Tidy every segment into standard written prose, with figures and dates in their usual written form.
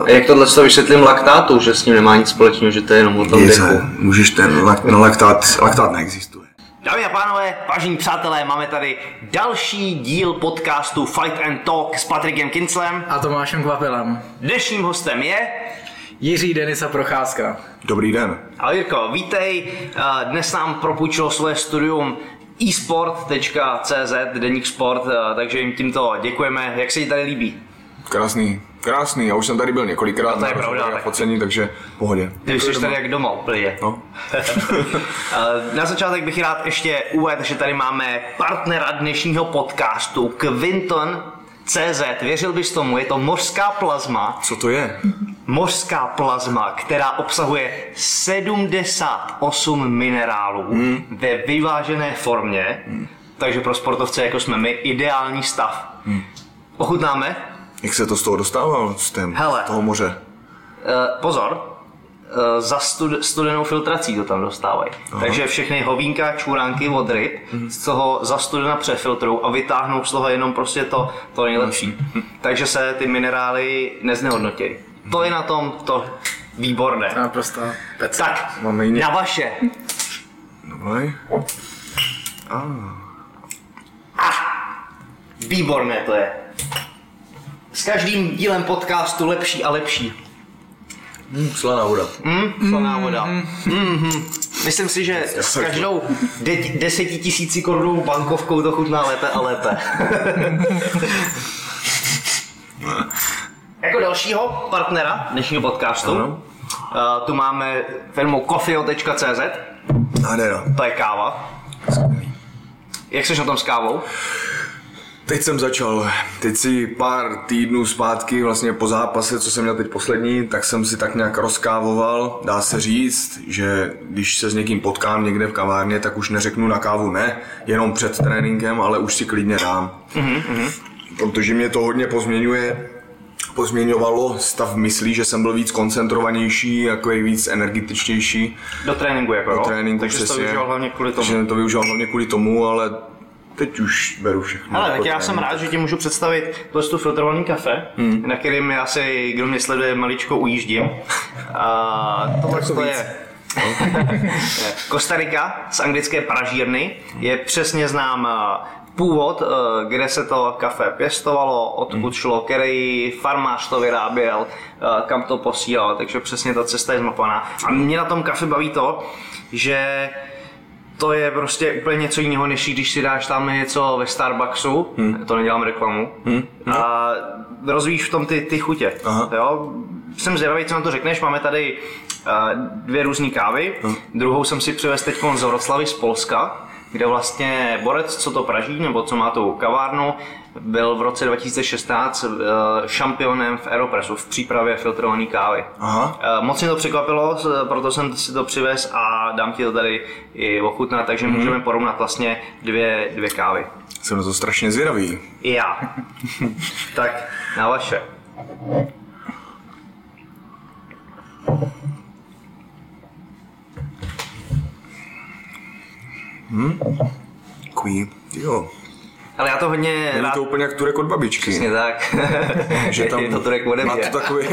A jak tohle to vysvětlím laktátu, že s ním nemá nic společného, že to je jenom o tom dechu? Můžeš ten laktát neexistuje. Dámy a pánové, vážení přátelé, máme tady další díl podcastu Fight and Talk s Patrikem Kinclem a Tomášem Kvapilem. Dnešním hostem je Jiří Denisa Procházka. Dobrý den. Ahoj Jirko, vítej. Dnes nám propůjčilo svoje studium esport.cz, deník sport, takže jim tímto děkujeme. Jak se ti tady líbí? Krásný, já už jsem tady byl několikrát to je pravda, na focení, takže pohodě. Ty jsi tady jak doma úplně. No. Na začátek bych rád ještě uvedl, že tady máme partnera dnešního podcastu Quinton.cz. Věřil bys tomu, je to mořská plazma. Co to je? Mořská plazma, která obsahuje 78 minerálů ve vyvážené formě, takže pro sportovce jako jsme my ideální stav. Ochutnáme? Jak se to z toho dostává, z toho moře? Pozor, za studenou filtrací to tam dostávají. Aha. Takže všechny hovínka, čuránky od ryb z toho za studena přefiltrujou a vytáhnou z toho jenom prostě to nejlepší. Takže se ty minerály neznehodnotí. To je na tom to výborné. Naprosto pecka. Tak, na vaše. Dobrý. Výborné to je. S každým dílem podcastu lepší a lepší. Slaná voda. Slaná voda. Myslím si, že s každou 10 000 korunovou bankovkou to chutná lépe a lépe. Jako dalšího partnera dnešního podcastu tu máme firmu Coffeo.cz. To je káva. Jak jsi na tom s kávou? Teď jsem začal, teď si pár týdnů zpátky, vlastně po zápase, co jsem měl teď poslední, tak jsem si tak nějak rozkávoval. Dá se říct, že když se s někým potkám někde v kavárně, tak už neřeknu na kávu ne, jenom před tréninkem, ale už si klidně dám. Protože mě to hodně pozměňovalo stav myslí, že jsem byl víc koncentrovanější, jako je víc energetičtější. Do tréninku jako do tréninku, takže přesně. To využíval hlavně kvůli tomu. Takže to využíval hlavně kvůli tomu, ale teď už beru všechno. Ale tak já jsem rád, že ti můžu představit tu filtrovaný kafe, na kterým já si, kdo mě sleduje, maličko ujíždím. Tohle to je Kostarika z anglické pražírny. Je přesně znám původ, kde se to kafe pěstovalo, odkud šlo, který farmář to vyráběl, kam to posílal, takže přesně ta cesta je zmapovaná. A mě na tom kafe baví to, že to je prostě úplně něco jiného, než když si dáš tam něco ve Starbucksu, to nedělám reklamu, a rozvíjíš v tom ty chutě. Jo? Jsem zvědavý, co na to řekneš, máme tady 2 různé kávy, druhou jsem si přivez teď z Wroclawi z Polska, kde vlastně borec, co to praží, nebo co má tu kavárnu, byl v roce 2016 šampionem v Aeropressu v přípravě filtrované kávy. Moc mě to překvapilo, proto jsem si to přivez a dám ti to tady i ochutnat, takže můžeme porovnat vlastně dvě kávy. Jsem na to strašně zvědavý. I já. Tak, na vaše. Jo. Ale já to hodně rád... to úplně jak Turek od babičky. Přesně tak. Že tam je to Turek ode mě.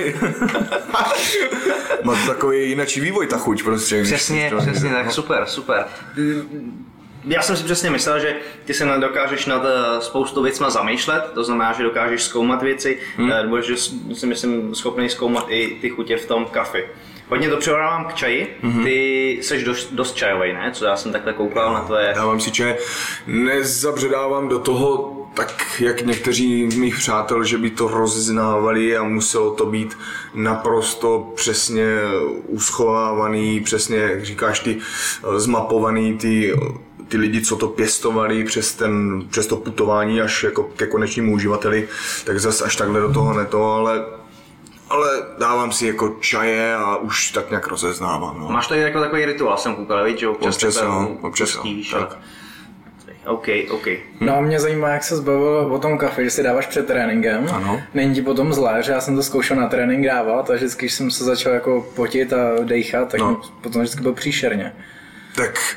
Má to takový jinačí vývoj ta chuť prostě. Přesně tak, super. Já jsem si přesně myslel, že ty se dokážeš nad spoustu věcma zamýšlet, to znamená, že dokážeš zkoumat věci, nebo že si myslím schopný zkoumat i ty chutě v tom kafi. Hodně to přirovnávám k čaji, ty seš dost čajovej, ne? Co já jsem takhle koukal na tvoje... Dávám si čaje, nezabředávám do toho tak, jak někteří mých přátel, že by to rozeznávali a muselo to být naprosto přesně uschovávaný, přesně, jak říkáš, ty zmapovaný, ty lidi, co to pěstovali přes to putování až jako ke konečnímu uživateli, tak zas až takhle do toho neto, ale dávám si jako čaje a už tak nějak rozeznávám. No. Máš tady jako takový rituál, jsem koukal, víš, že občas tak. OK. No a mě zajímá, jak se zbavil o tom kafe, že si dáváš před tréninkem. Ano. Není ti potom zlé, že já jsem to zkoušel na trénink dávat a vždycky, když jsem se začal jako potit a dejchat, tak potom vždycky byl příšerně. Tak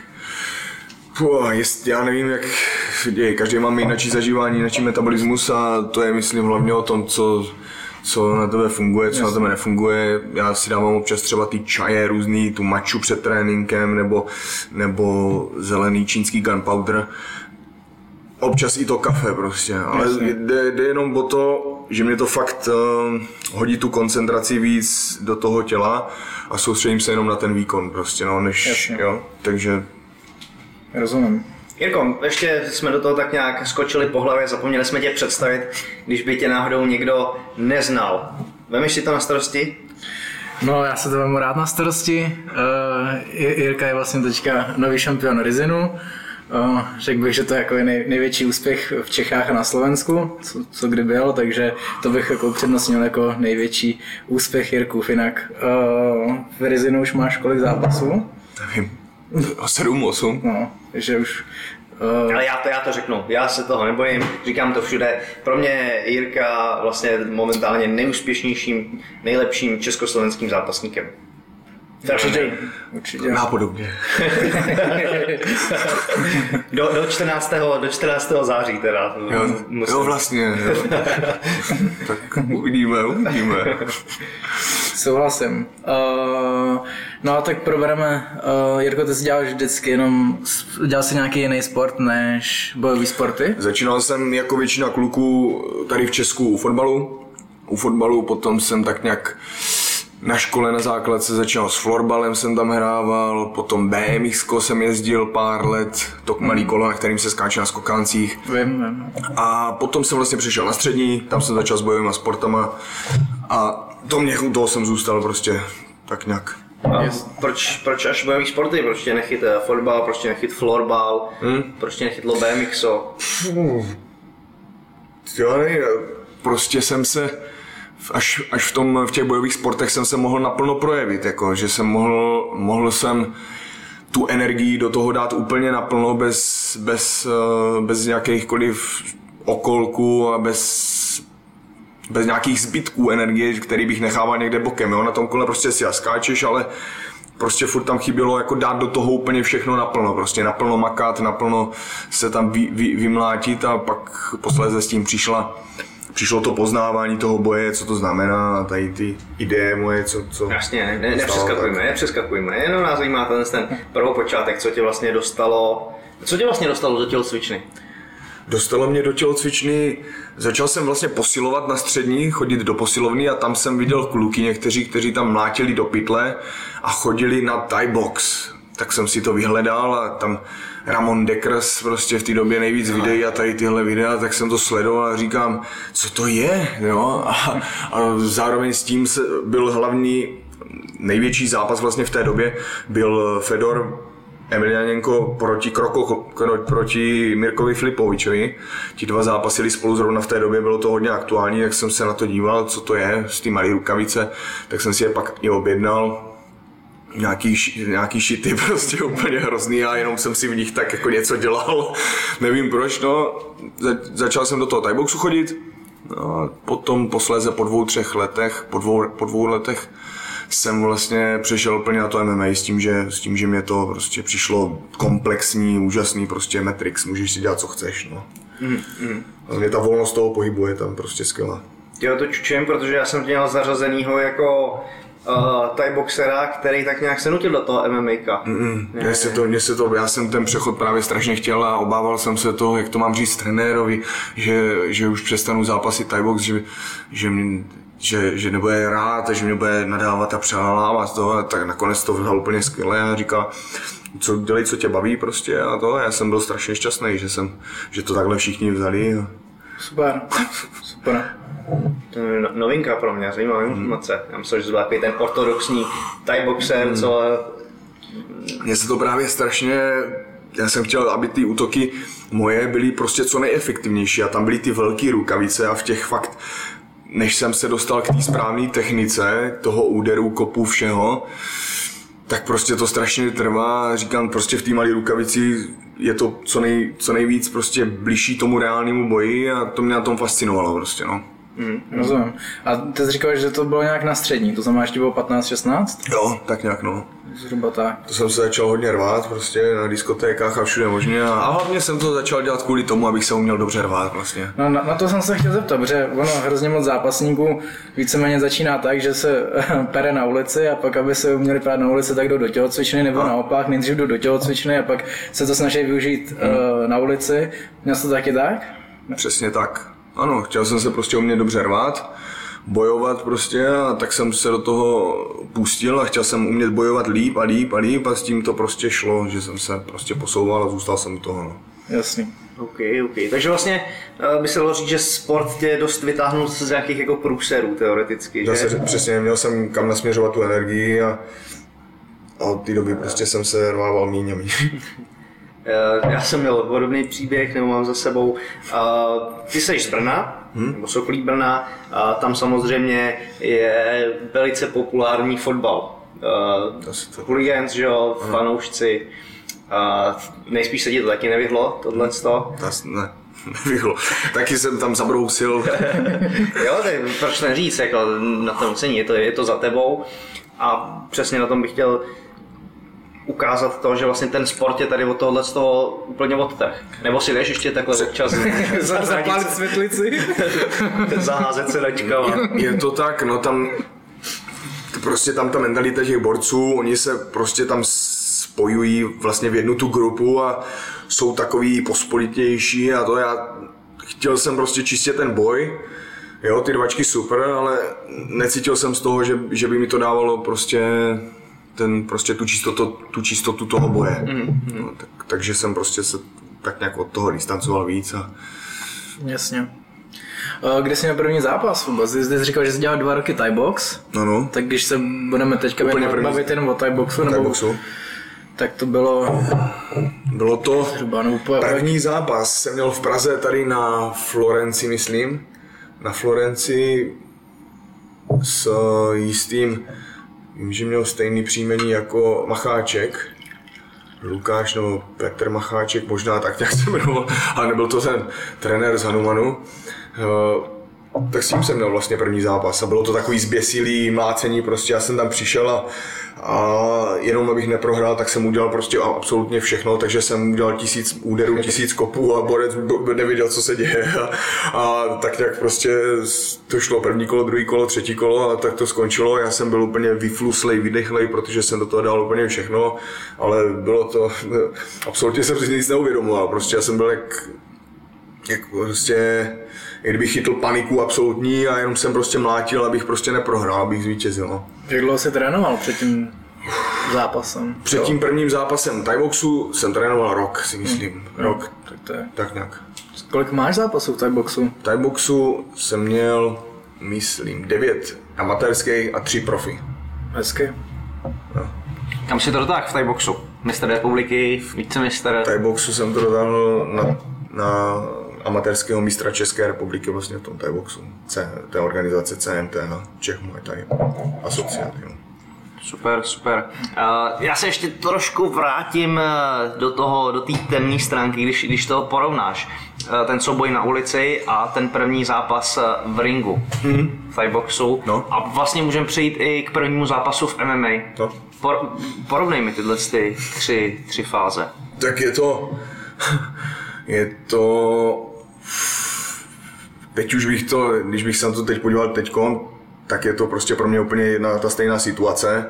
já nevím, jak každý máme jináčí zažívání, jináčí metabolismus a to je myslím hlavně o tom, co na tebe funguje, co na tebe nefunguje. Já si dávám občas třeba ty čaje různý, tu matchu před tréninkem nebo zelený čínský gunpowder. Občas i to kafe prostě, ale jde jenom o to, že mě to fakt hodí tu koncentraci víc do toho těla a soustředím se jenom na ten výkon prostě, no, než, jo, takže... Rozumím. Jirko, ještě jsme do toho tak nějak skočili po hlavě, zapomněli jsme tě představit, když by tě náhodou někdo neznal. Vemeš si to na starosti? No, já se to vemu rád na starosti. Jirka je vlastně teďka nový šampion Rizinu. Řekl bych, že to je jako největší úspěch v Čechách a na Slovensku, co kdy byl, takže to bych jako upřednostnil jako největší úspěch Jirkův. Jinak v Rizinu už máš kolik zápasů? Nevím, 7-8. No, takže už... Ale já to řeknu, já se toho nebojím, říkám to všude. Pro mě je Jirka vlastně momentálně nejúspěšnějším, nejlepším československým zápasníkem. Určitě. Nápodobně. do 14. září teda. Jo, vlastně. Jo. Tak uvidíme. Souhlasím. No a tak probereme, Jirko, ty jsi dělal vždycky dělal jsi nějaký jiný sport než bojový sporty? Začínal jsem jako většina kluků tady v Česku u fotbalu, potom jsem tak nějak na škole na základce začal s florbalem, jsem tam hrával, potom BMX jsem jezdil pár let, to malý kolo, na kterým se skáče na skokáncích. Vím. A potom jsem vlastně přišel na střední, tam jsem začal s bojovými sportama a u toho jsem zůstal prostě tak nějak. A proč až bojový sporty? Proč tě nechyt fotbal, proč tě nechyt florbal, proč tě nechytlo BMXo? Jo, prostě jsem se až v těch bojových sportech jsem se mohl naplno projevit, jako, že jsem mohl jsem tu energii do toho dát úplně naplno bez nějakýchkoliv okolků a bez nějakých zbytků energie, který bych nechával někde bokem. Jo? Na tom kole prostě si skáčeš, ale prostě furt tam chybělo jako dát do toho úplně všechno naplno, prostě naplno makat, naplno se tam vymlátit a pak posléze s tím přišlo to poznávání toho boje, co to znamená, a tady ty ideje moje, co... Jasně, nepřeskakujme, jenom nás zajímá ten prvopočátek, co tě vlastně dostalo do tělocvičny? Dostalo mě do tělocvičny, začal jsem vlastně posilovat na střední, chodit do posilovny a tam jsem viděl kluky někteří, kteří tam mlátili do pytle a chodili na Thai box. Tak jsem si to vyhledal a tam Ramon Dekkers prostě v té době nejvíc videí a tady tyhle videa, tak jsem to sledoval a říkám, co to je, jo? A zároveň s tím byl hlavní, největší zápas vlastně v té době byl Fedor Emelianenko proti Mirkovi Filipovičovi. Ti dva zápasili spolu zrovna v té době, bylo to hodně aktuální, jak jsem se na to díval, co to je, z ty malé rukavice, tak jsem si je pak i objednal. Nějaký šity prostě úplně hrozný a jenom jsem si v nich tak jako něco dělal, nevím proč, no. Začal jsem do toho thaiboxu chodit, no a potom posléze po 2 letech jsem vlastně přešel úplně na to MMA s tím, že mě to prostě přišlo komplexní, úžasný prostě Matrix, můžeš si dělat co chceš, no. Hlavně ta volnost toho pohybu je tam prostě skvělá. Jo, to čučím, protože já jsem měl zařazenýho jako Thai boxera, který tak nějak se nutil do toho MMAka. Já jsem ten přechod právě strašně chtěl a obával jsem se toho, jak to mám říct trenérovi, že už přestanu zápasit Thai box, že nebude rád, že mě bude nadávat a přelávat toho, tak nakonec to vzal úplně skvěle a říká, dělej, co tě baví prostě a to. Já jsem byl strašně šťastný, že to takhle všichni vzali. Super. To je novinka pro mě, zajímavá informace. Já myslím, že to byl takový ten ortodoxní Thai boxer, co... Mně se to právě strašně... Já jsem chtěl, aby ty útoky moje byly prostě co nejefektivnější a tam byly ty velké rukavice a v těch fakt, než jsem se dostal k té správné technice, toho úderu, kopu, všeho, tak prostě to strašně trvá. Říkám, prostě v té malé rukavici je to co nejvíc prostě bližší tomu reálnému boji a to mě na tom fascinovalo prostě, no. Rozumím. A ty jsi říkal, že to bylo nějak na střední, to znamená, že ti bylo 15-16? Jo, tak nějak, no. Zhruba tak. To jsem se začal hodně rvát prostě na diskotékách a všude možně a hlavně jsem to začal dělat kvůli tomu, abych se uměl dobře rvát vlastně. No, na to jsem se chtěl zeptat, protože ono hrozně moc zápasníků víceméně začíná tak, že se pere na ulici a pak, aby se uměli prát na ulici, tak jdou do tělocvičny nebo naopak, nejdřív jdou do tělocvičny a pak se to snaží využít na ulici. Měl jsi to taky tak? Přesně tak. Ano, chtěl jsem se prostě umět dobře rvát, bojovat prostě a tak jsem se do toho pustil a chtěl jsem umět bojovat líp a s tím to prostě šlo, že jsem se prostě posouval a zůstal jsem u toho. No. Jasný. OK. Takže vlastně by se dalo říct, že sport tě dost vytáhnul z nějakých jako průserů teoreticky, že? Zase přesně, měl jsem kam nasměřovat tu energii a od té doby prostě jsem se rvával míň a míň. Já jsem měl podobný příběh, nebo mám za sebou. Ty jsi z Brna, nebo z okolí Brna, tam samozřejmě je velice populární fotbal. Hooligans, že jo, fanoušci. Nejspíš se ti to taky nevyhlo, tohleto? Ne, nevyhlo. Taky jsem tam zabrousil. Jo, proč neříct, jako na tom cení, je to za tebou. A přesně na tom bych chtěl ukázat to, že vlastně ten sport je tady od tohohle z toho úplně odtrh. Nebo si jdeš ještě takhle občas zapálit světlici. Zaházet se dačkama. Je to tak, no tam prostě tam ta mentalita těch borců, oni se prostě tam spojují vlastně v jednu tu grupu a jsou takový pospolitější a to já chtěl jsem prostě čistě ten boj. Jo, ty rvačky super, ale necítil jsem z toho, že by mi to dávalo prostě tu čistotu toho boje. No, takže jsem prostě se tak nějak od toho distancoval víc. Jasně. Kde jsi měl první zápas vůbec? Ty jsi říkal, že jsi dělal 2 roky Thai box. No. Tak když se budeme teďka bavit jenom o Thai boxu, tak to bylo... Bylo to zhruba, první zápas. Jsem měl v Praze tady na Florenci, myslím. Na Florenci s jistým, vím, že měl stejný příjmení jako Macháček. Lukáš nebo Petr Macháček, možná tak nějak se jmenoval, ale nebyl to ten trenér z Hanumanu. Tak s tím jsem měl vlastně první zápas a bylo to takový zběsilý mlácení, prostě já jsem tam přišel a jenom abych neprohrál, tak jsem udělal prostě absolutně všechno, takže jsem udělal 1000 úderů, 1000 kopů a borec nevěděl, co se děje a tak nějak prostě to šlo první kolo, druhý kolo, třetí kolo a tak to skončilo. Já jsem byl úplně vyfluslej, vydechlej, protože jsem do toho dal úplně všechno, ale bylo to, absolutně jsem si nic neuvědomoval, prostě já jsem byl jak prostě, kdybych chytl paniku absolutní a jenom jsem prostě mlátil, abych prostě neprohrál, abych zvítězil. No. Jak dlouho jsi trénoval před tím zápasem? Před tím prvním zápasem Thai boxu jsem trénoval rok, si myslím. Rok, tak nějak. Kolik máš zápasů v Thai boxu? V Thai boxu jsem měl, myslím, 9 amatérských a 3 profi. Hezky. No. Kam si to dotáhl v Thai boxu? Mistr republiky, vicemistr? V Thai boxu jsem to dotáhl na amatérského mistra České republiky vlastně v tom Thai boxu. Té organizace CMT, Czech Muay Thai asociace. Super. Já se ještě trošku vrátím do té temné stránky, když to porovnáš. Ten souboj na ulici a ten první zápas v ringu v Thai boxu. No. A vlastně můžeme přejít i k prvnímu zápasu v MMA. No. Porovnej mi tyhle tři fáze. Tak je to teď už bych to, když bych se na to teď podíval teďkon, tak je to prostě pro mě úplně jedna ta stejná situace.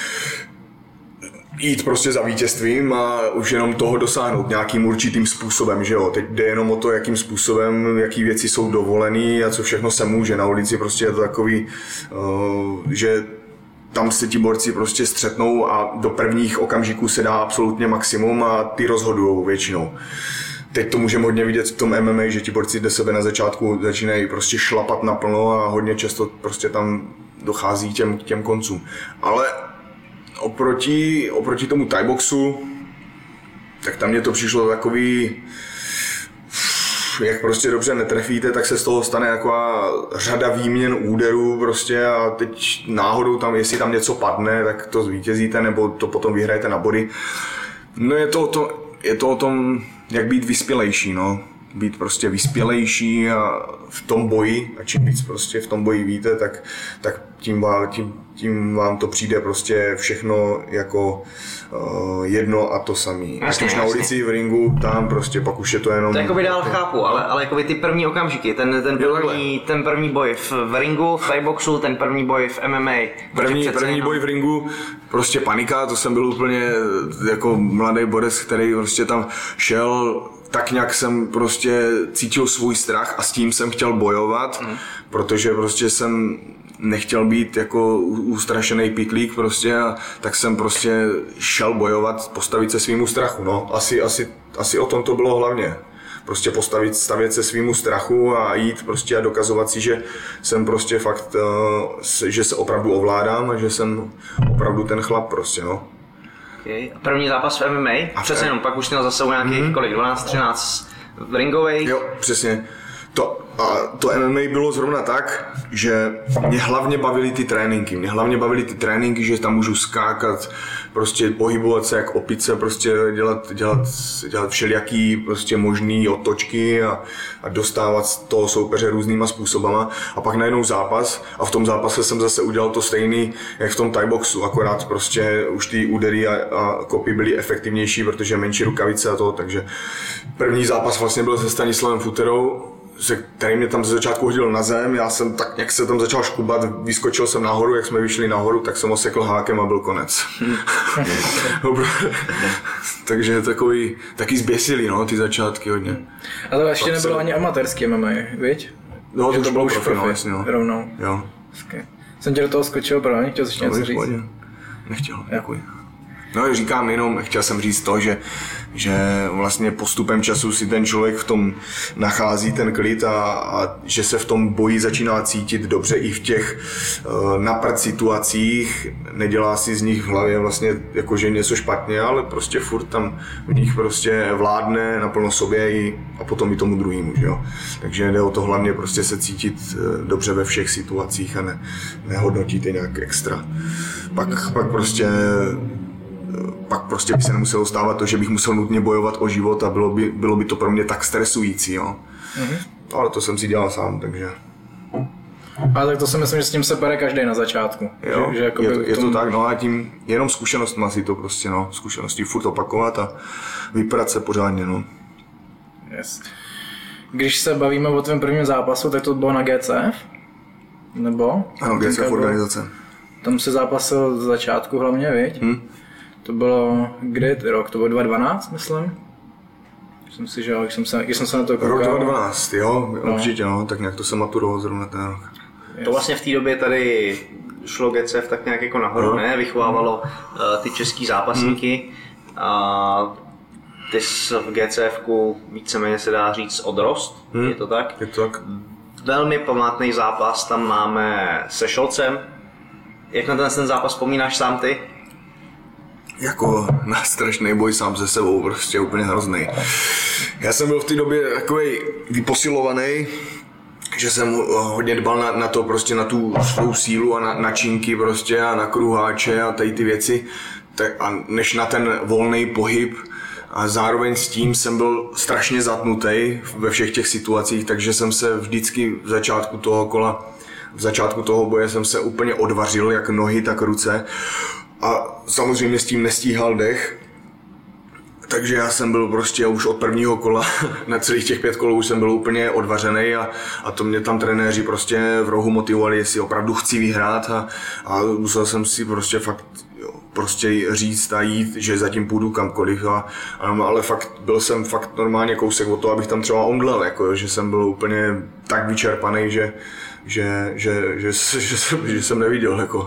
Jít prostě za vítězstvím a už jenom toho dosáhnout nějakým určitým způsobem, že jo. Teď jde jenom o to, jakým způsobem, jaký věci jsou dovolený a co všechno se může. Na ulici prostě je to takový, že tam se ti borci prostě střetnou a do prvních okamžiků se dá absolutně maximum a ty rozhodujou většinou. Teď to můžeme hodně vidět v tom MMA, že ti borci do sebe na začátku začínají prostě šlapat naplno a hodně často prostě tam dochází těm koncům. Ale oproti tomu Thai boxu, tak tam mě to přišlo takový, jak prostě dobře netrefíte, tak se z toho stane taková řada výměn úderů prostě a teď náhodou tam, jestli tam něco padne, tak to zvítězíte nebo to potom vyhrajete na body. No je to o tom, jak být vyspělejší, no. být prostě vyspělejší a v tom boji, a čím víc prostě v tom boji víte, tak tím vám to přijde prostě všechno jako jedno a to samý. Ať už na ulici, v ringu, tam prostě pak už je to jenom... To jakoby dál chápu, ale jakoby ty první okamžiky, ten první boj v ringu, v thaiboxu, ten první boj v MMA. První boj v ringu, prostě panika, to jsem byl úplně jako mladý borec, který prostě tam šel, tak nějak jsem prostě cítil svůj strach a s tím jsem chtěl bojovat, protože prostě jsem nechtěl být jako ustrašený pitlík prostě, a tak jsem prostě šel bojovat, postavit se svýmu strachu, no. Asi o tom to bylo hlavně. Prostě stavět se svýmu strachu a jít prostě a dokazovat si, že jsem prostě fakt, že se opravdu ovládám a že jsem opravdu ten chlap prostě, no. Okay. První zápas v MMA, přesně jenom, pak už měl zase nějakých 12-13 ringových. Jo, přesně. To MMA bylo zrovna tak, že mě hlavně bavily ty tréninky, že tam můžu skákat, prostě pohybovat se jak opice, prostě dělat všelijaký prostě možný otočky a dostávat toho soupeře různýma způsobama. A pak najednou zápas a v tom zápase jsem zase udělal to stejný, jak v tom thaiboxu, akorát prostě už ty údery a kopy byly efektivnější, protože menší rukavice a to, takže první zápas vlastně byl se Stanislavem Futerou, který mě tam ze začátku hodil na zem, já jsem tak nějak se tam začal škubat, vyskočil jsem nahoru, jak jsme vyšli nahoru, tak jsem osekl hákem a byl konec. Takže taky zběsilý, no, ty začátky hodně. Ale ještě nebylo ani amatérský MMA, viď? No, to už bylo profi, no, jasně, no. Rovnou. Jo. Jsem tě do toho skočil, právě, chtěl jsi něco říct? Nechtěl, děkuji. No, říkám jenom, chtěl jsem říct to, že vlastně postupem času si ten člověk v tom nachází ten klid a že se v tom boji začíná cítit dobře i v těch naprt situacích, nedělá si z nich v hlavě vlastně jakože něco špatně, ale prostě furt tam v nich prostě vládne naplno sobě a potom i tomu druhému, že jo. Takže jde o to hlavně prostě se cítit dobře ve všech situacích a nehodnotit je nějak extra. Pak prostě by se nemuselo stávat to, že bych musel nutně bojovat o život a bylo by to pro mě tak stresující, jo. Ale to jsem si dělal sám, takže... Ale tak to si myslím, že s tím se bere každý na začátku. Jo, že je to tak, no a tím jenom zkušenostma si to prostě, no, zkušeností furt opakovat a vypadat se pořádně, no. Yes. Když se bavíme o tvém prvním zápasu, tak to bylo na GCF? Nebo? Ano, GCF organizace. Tam se zápasil z začátku hlavně, viď? To bylo, kdy rok? To bylo 2012, myslím? Myslím si, že jo, když jsem se na to koukal. Rok 2012, jo, no. Určitě, no, tak nějak to se maturoval zrovna ten rok. To vlastně v té době tady šlo GCF tak nějak jako nahoru, ne? Vychovávalo ty český zápasníky. A ty jsi v GCFku víceméně se dá říct odrost, je to tak? Je to tak. Velmi památný zápas tam máme se Šolcem. Jak na ten zápas vzpomínáš sám ty? Jako na strašný boj sám se sebou, prostě úplně hrozný. Já jsem byl v té době takovej vyposilovaný, že jsem hodně dbal na to, prostě na tu svou sílu a na činky prostě a na kruháče a tady ty věci, a než na ten volný pohyb. A zároveň s tím jsem byl strašně zatnutý ve všech těch situacích, takže jsem se vždycky v začátku toho kola, v začátku toho boje jsem se úplně odvařil, jak nohy, tak ruce. A samozřejmě s tím nestíhal dech, takže já jsem byl prostě už od prvního kola, na celých těch 5 kol už jsem byl úplně odvařený a to mě tam trenéři prostě v rohu motivovali, jestli opravdu chci vyhrát a musel jsem si prostě fakt prostě říct a jít, že zatím půjdu kamkoliv, ale fakt byl jsem fakt normálně kousek od toho, abych tam třeba omdlel, jako, že jsem byl úplně tak vyčerpaný, že jsem neviděl, jako.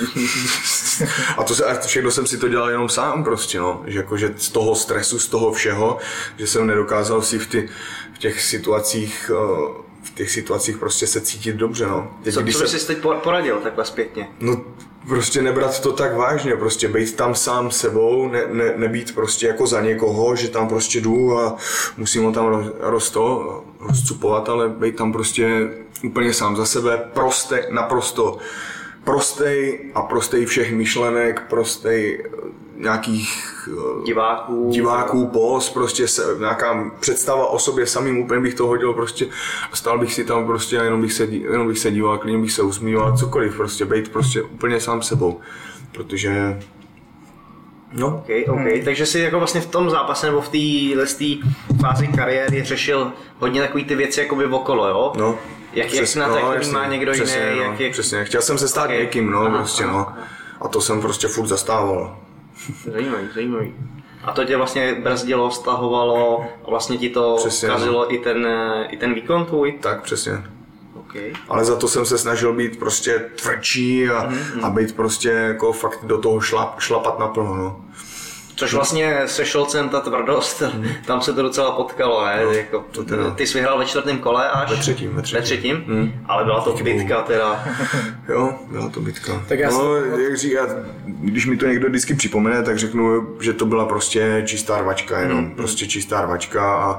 A všechno jsem si to dělal jenom sám prostě, no. Že z toho stresu, z toho všeho, že jsem nedokázal si v těch situacích prostě se cítit dobře, no. Co bys si teď poradil takhle zpětně? No, prostě nebrat to tak vážně, prostě být tam sám sebou, nebýt prostě jako za někoho, že tam prostě jdu a musím ho tam rozcupovat, ale být tam prostě úplně sám za sebe, naprosto prostej všech myšlenek, prostej nějakých diváků, post, prostě nějaká představa o sobě samým, úplně bych to hodil prostě, stál bych si tam prostě a jenom bych se díval, klidně bych se usmíval, cokoliv, prostě bejt prostě úplně sám sebou, protože no. Okay. Takže si jako vlastně v tom zápase nebo v té fázi kariéry řešil hodně takový ty věci jakoby okolo, jo? No. Jak na to má někdo jiný, Přesně, chtěl jsem se stát někým, no, prostě, no. A to jsem prostě furt zastával. Zajímavý. A to tě vlastně brzdilo, stahovalo a vlastně ti to kazilo i ten výkon tvůj? Tak, přesně. Okay. Ale za to jsem se snažil být prostě tvrdší a být prostě jako fakt do toho šlapat naplno, no. Což vlastně se Šolcem ta tvrdost, tam se to docela potkalo, ne? No, jako, ty jsi vyhrál ve 4. kole až? Ve třetím. Ale byla to bitka teda. Jo, byla to bitka. Tak jak říká, když mi to někdo vždycky připomene, tak řeknu, že to byla prostě čistá rvačka jenom. Prostě čistá rvačka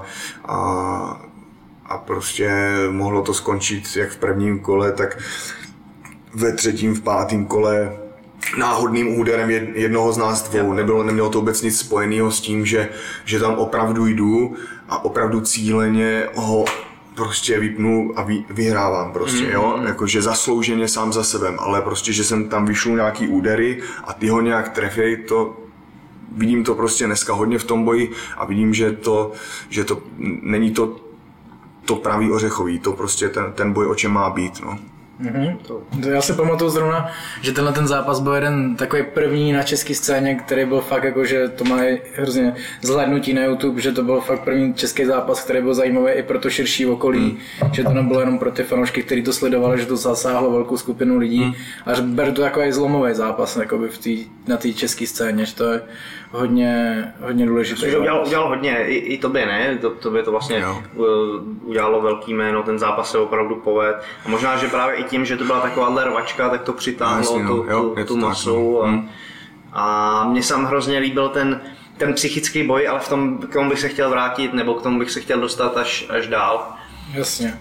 a prostě mohlo to skončit jak v prvním kole, tak ve 3., v 5. kole náhodným úderem jednoho z nás dvou. Nemělo to vůbec nic spojeného s tím, že tam opravdu jdu a opravdu cíleně ho prostě vypnu a vyhrávám prostě, jo, jakože zaslouženě sám za sebem, ale prostě, že jsem tam vyšel nějaký údery a ty ho nějak trefej, to vidím to prostě dneska hodně v tom boji a vidím, že to není to pravý ořechový, to prostě ten boj o čem má být, no. Já si pamatuju zrovna, že tenhle ten zápas byl jeden takový první na české scéně, který byl fakt jako, že to má hrozně zhlédnutí na YouTube, že to byl fakt první český zápas, který byl zajímavý i pro to širší okolí, že to nebylo jenom pro ty fanoušky, kteří to sledovali, že to zasáhlo velkou skupinu lidí a beru to takový zlomový zápas na té české scéně, že to je hodně důležité. Což udělalo hodně, i tobě, ne? Tobě to vlastně udělalo velký jméno, ten zápas se opravdu povedl. A možná, že právě i tím, že to byla taková rvačka, tak to přitáhlo tu masu. A mně se hrozně líbil ten psychický boj, ale k tomu bych se chtěl vrátit, nebo k tomu bych se chtěl dostat až dál. Jasně.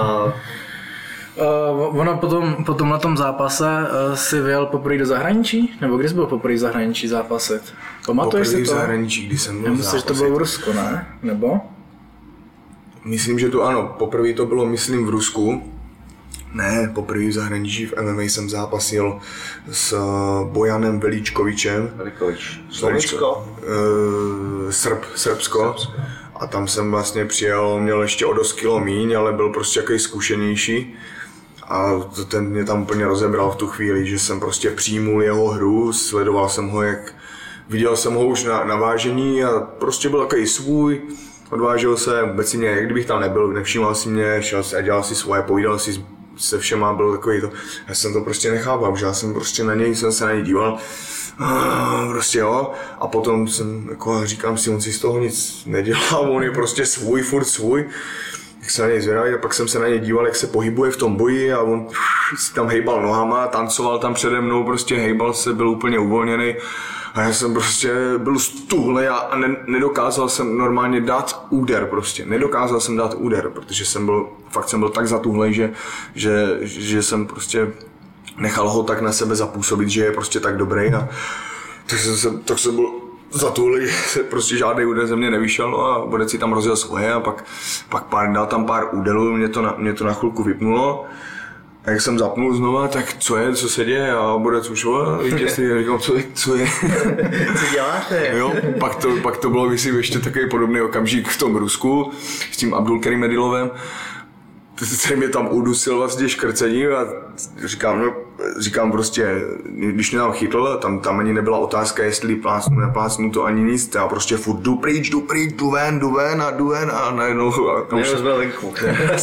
Ono potom na tom zápase si vyjel poprvé do zahraničí? Nebo kdy jsi byl poprvé v zahraničí zápasit? Pamatuješ si to? Poprvé v zahraničí, kdy jsem byl zápasit. Myslím, že to bylo v Rusku, ne? Nebo? Myslím, že to ano. Poprvé to bylo, myslím, v Rusku. Ne, poprvé v zahraničí v MMA jsem zápasil s Bojanem Veličkovičem. Slovensko? Srbsko. A tam jsem vlastně přijel, měl ještě o dost kilo míň, ale byl prostě takový zkušenější. A ten mě tam úplně rozebral v tu chvíli, že jsem prostě přijmul jeho hru, sledoval jsem ho, viděl jsem ho už na vážení a prostě byl takový svůj. Odvážil se, vůbec si mě, jak kdybych tam nebyl, nevšímal si mě, šel si a dělal si svoje, povídal si se všema, byl takový to, já jsem to prostě nechápal, že já jsem prostě jsem se na něj díval, prostě jo, a potom jsem jako říkám si, on si z toho nic nedělá, on je prostě furt svůj, jak se na něj zvědavý a pak jsem se na něj díval, jak se pohybuje v tom boji a on si tam hejbal nohama, tancoval tam přede mnou, prostě hejbal se, byl úplně uvolněný. A já jsem prostě byl stuhlej a nedokázal jsem normálně dát úder prostě. Nedokázal jsem dát úder, protože jsem byl tak zatuhlej, že jsem prostě nechal ho tak na sebe zapůsobit, že je prostě tak dobrý a tak jsem byl zatuhlej, prostě žádný úder ze mě nevyšel, no a Bodec si tam rozjel svoje a pak dal tam pár úderů, mě to na chvilku vypnulo. A jak jsem zapnul znova, tak co se děje a Bodec už vítězství, říkám, co je? Co děláte? Jo, pak to bylo myslím ještě takový podobný okamžik v tom Rusku s tím Abdulkarim Medilovem, který mě tam udusil vlastně škrcením a říkám prostě, když mě tam chytl, tam ani nebyla otázka, jestli neplácnu to ani nic, já prostě furt jdu pryč, jdu ven a najednou... Nejde byl venku.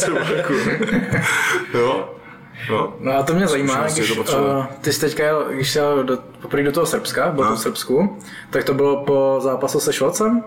Jo. No a to mě zajímá, ty jsi teďka když šel poprvé do toho Srbska, byl to v Srbsku, tak to bylo po zápasu se Šolcem?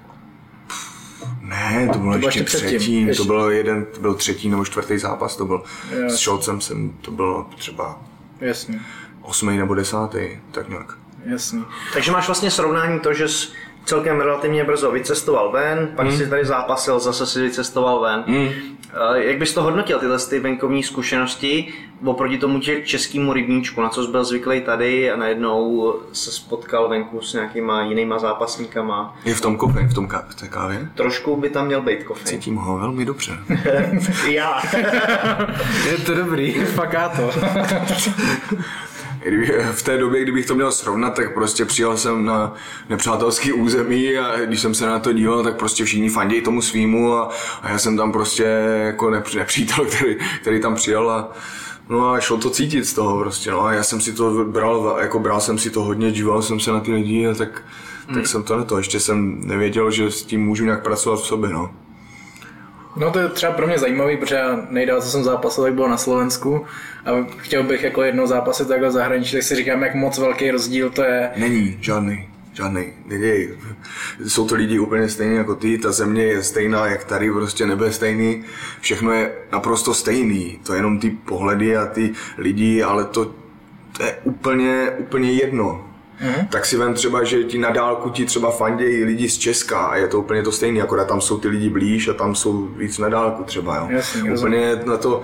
Ne, to bylo ještě třetí, to byl třetí nebo čtvrtý zápas, to byl s Šolcem to bylo třeba 8. nebo 10. tak nějak. Jasný. Takže máš vlastně srovnání to, že jsi celkem relativně brzo vycestoval ven, pak si tady zápasil, zase si vycestoval ven. Jak bys to hodnotil, tyhle ty venkovní zkušenosti oproti tomu českému rybníčku, na co jsi byl zvyklý tady a najednou se spotkal venku s nějakýma jinýma zápasníkama? Je v tom kofej, v té kávě? Trošku by tam měl být kofej. Cítím ho velmi dobře. Já. Je to dobrý, fakáto. V té době, kdybych to měl srovnat, tak prostě přijel jsem na nepřátelský území a když jsem se na to díval, tak prostě všichni fandějí tomu svýmu a já jsem tam prostě jako nepřítel, který tam přijel a šlo to cítit z toho prostě, no a já jsem si to bral jsem si to hodně, díval jsem se na ty lidi a tak jsem to ještě jsem nevěděl, že s tím můžu nějak pracovat v sobě, no. No to je třeba pro mě zajímavý, protože já nejdál, co jsem zápasil, tak bylo na Slovensku a chtěl bych jako jednou zápasit takhle zahraničí, tak si říkám, jak moc velký rozdíl to je. Není, žádný, neděj. Jsou to lidi úplně stejní jako ty, ta země je stejná, jak tady, prostě nebe je stejný, všechno je naprosto stejný, to je jenom ty pohledy a ty lidi, ale to je úplně jedno. Tak si vem třeba, že ti na dálku ti třeba fandějí lidi z Česka a je to úplně to stejné, akorát tam jsou ty lidi blíž a tam jsou víc na dálku třeba, jo. Jasně, úplně na to,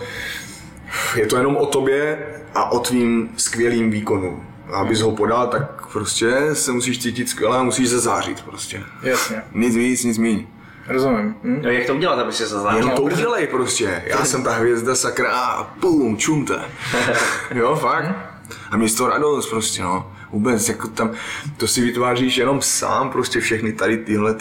je to jenom o tobě a o tvým skvělým výkonu. A abys ho podal, tak prostě se musíš cítit skvěle a musíš zazářit prostě. Jasně. Nic víc, nic míň. Rozumím. No, jak to udělat, aby si zazářil? Jenom to udělej prostě. Já jsem ta hvězda, sakra, a pum, čumte. Jo, fakt. A mě z toho radost prostě, no. Vůbec, jako tam, to si vytváříš jenom sám, prostě všechny tady tyhle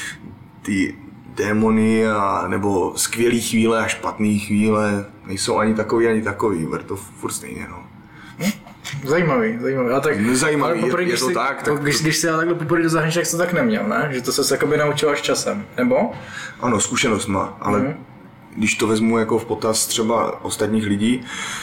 ty démony a nebo skvělý chvíle a špatný chvíle nejsou ani takový, bude to furt stejně, no. Zajímavý. A tak, nezajímavý, poprvé, je to tak. Když jsi takhle poprvé do zahraničí, tak jsi to tak neměl, ne? Že to se jakoby naučil až časem, nebo? Ano, zkušenost má, ale když to vezmu jako v potaz třeba ostatních lidí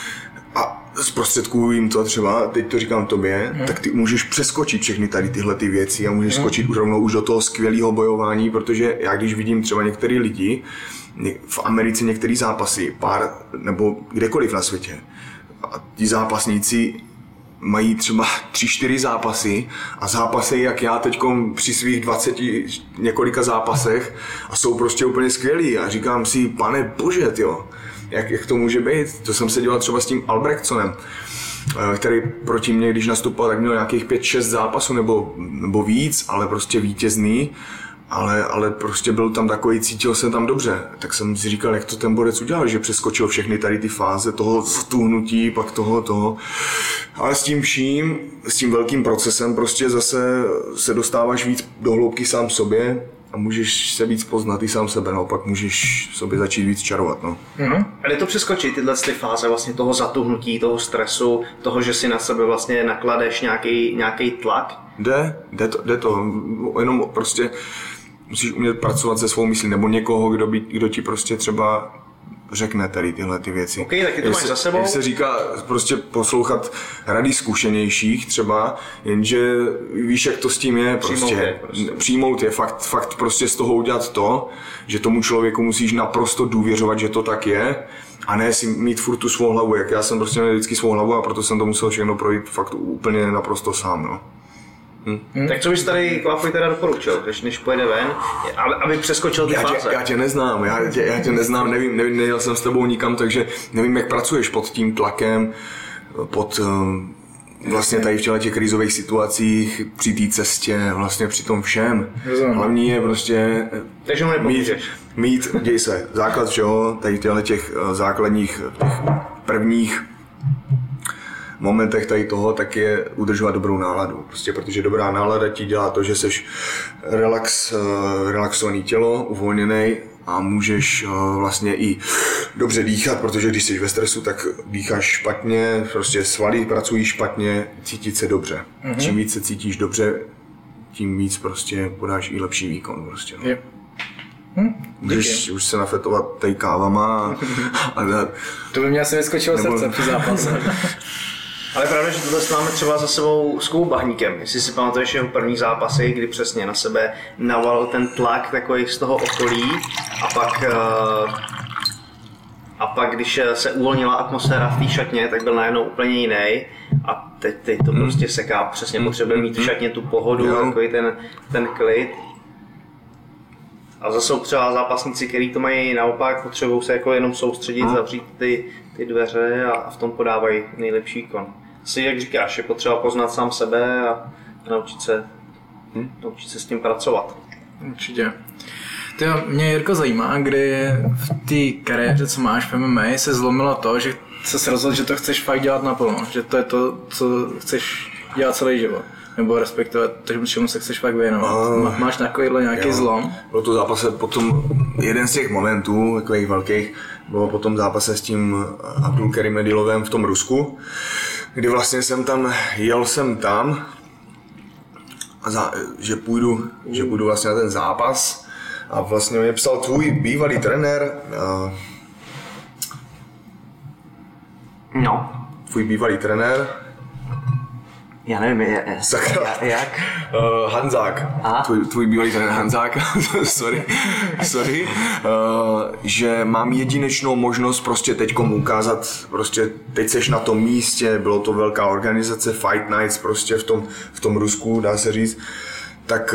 a zprostředkuju jim to třeba, teď to říkám tobě, tak ty můžeš přeskočit všechny tady tyhle ty věci a můžeš skočit rovnou už do toho skvělého bojování, protože já když vidím třeba některý lidi, v Americe některý zápasy, nebo kdekoliv na světě, a ti zápasníci mají třeba 3-4 zápasy a zápasy jak já teďkom při svých 20 několika zápasech a jsou prostě úplně skvělí a říkám si, pane bože, tyjo, jak to může být? To jsem se dělal třeba s tím Albrechtsonem, který proti mě, když nastupoval, tak měl nějakých 5-6 zápasů nebo víc, ale prostě vítězný. Ale prostě byl tam takový, cítil se tam dobře. Tak jsem si říkal, jak to ten borec udělal, že přeskočil všechny tady ty fáze toho stuhnutí, pak toho. Ale s tím vším, s tím velkým procesem prostě zase se dostáváš víc do hloubky sám sobě a můžeš se víc poznat i sám sebe, no, pak můžeš sobě začít víc čarovat, no. A jde to přeskočit tyhle fáze vlastně toho zatuhnutí, toho stresu, toho, že si na sebe vlastně nakladeš nějaký tlak? Jde to, jenom prostě musíš umět pracovat se svou myslí, nebo někoho, kdo ti prostě třeba řekne tady tyhle ty věci. OK, tak ty to máš za sebou. Jak se říká, prostě poslouchat rady zkušenějších třeba, jenže víš, jak to s tím je, prostě. Přijmout je fakt prostě z toho udělat to, že tomu člověku musíš naprosto důvěřovat, že to tak je, a ne si mít furt tu svou hlavu, jak já jsem prostě měl vždycky svou hlavu a proto jsem to musel všechno projít fakt úplně naprosto sám, no. Tak co bys tady Kláfovi teda doporučil, než pojede ven, aby přeskočil ty fáze? Já tě neznám, nevím, nejel jsem s tebou nikam, takže nevím, jak pracuješ pod tím tlakem, pod vlastně tady v těch krizových situacích, při té cestě, vlastně při tom všem. Hlavní je prostě mít, děj se, základ všeho, tady těch základních, těch prvních momentech tady toho, tak je udržovat dobrou náladu. Prostě protože dobrá nálada ti dělá to, že seš relaxovaný tělo, uvolněnej a můžeš vlastně i dobře dýchat, protože když jsi ve stresu, tak dýcháš špatně, prostě svaly pracují špatně, cítit se dobře. Čím víc se cítíš dobře, tím víc prostě podáš i lepší výkon. Prostě, no. Můžeš už se nafetovat tady kávama a to by mě asi vyskočilo srdce při zápase. Ale pravda, že tohle máme třeba za sebou s Kubou Bahníkem. Jestli si pamatuješ jeho první zápasy, kdy přesně na sebe navalil ten tlak takový z toho okolí a pak když se uvolnila atmosféra v té šatně, tak byl najednou úplně jiný. A teď to prostě seká, přesně potřebuje mít v šatně tu pohodu, takový ten klid. A zase jsou třeba zápasníci, kteří to mají naopak, potřebují se jako jenom soustředit, zavřít ty dveře a v tom podávají nejlepší výkon. Asi jak říkáš, je potřeba poznat sám sebe a naučit se s tím pracovat. Určitě. Mě Jirko zajímá, kdy v té kariéře, co máš v MMA, se zlomilo to, že se rozhodl, že to chceš fakt dělat naplno, že to je to, co chceš dělat celý život. Nebo respektive to, čemu se chceš fakt věnovat. Máš takovýhle nějaký zlom? Bylo to zápase potom, jeden z těch momentů, takových velkých, bylo potom zápase s tím Abdulkarimovem v tom Rusku, kdy vlastně jel jsem tam, že půjdu vlastně na ten zápas a vlastně mě psal tvůj bývalý trenér, tvůj bývalý trenér, já nevím, jak? Hanzák, tvůj bývalý trenér Hanzák, sorry, že mám jedinečnou možnost prostě teďkom ukázat, prostě teď seš na tom místě, bylo to velká organizace, Fight Nights prostě v tom Rusku, dá se říct, tak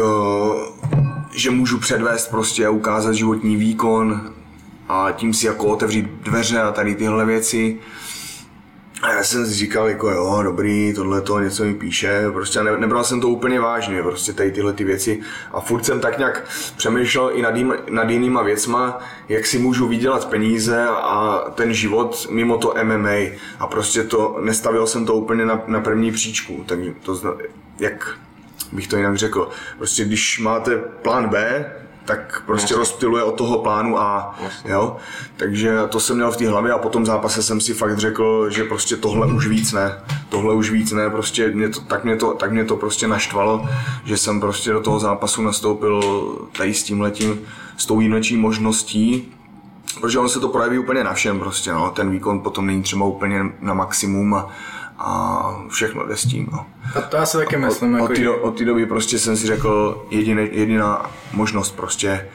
že můžu předvést prostě a ukázat životní výkon a tím si jako otevřít dveře a tady tyhle věci. A já jsem si říkal, jako jo, dobrý, tohleto, něco mi píše, prostě nebral jsem to úplně vážně, prostě tady tyhle ty věci. A furt jsem tak nějak přemýšlel i nad jinýma věcma, jak si můžu vydělat peníze a ten život mimo to MMA. A prostě nestavil jsem to úplně na první příčku, takže jak bych to jinak řekl, prostě když máte plán B, tak prostě rozptyluje od toho plánu A, jo. Takže to jsem měl v té hlavě a po tom zápase jsem si fakt řekl, že prostě tohle už víc ne, prostě mě to prostě naštvalo, že jsem prostě do toho zápasu nastoupil tady s tímhletím, s tou jinečí možností, protože on se to projeví úplně na všem prostě, no. Ten výkon potom není třeba úplně na maximum a všechno jde s tím, no. A to já si taky myslím. Od té doby prostě jsem si řekl jediná možnost prostě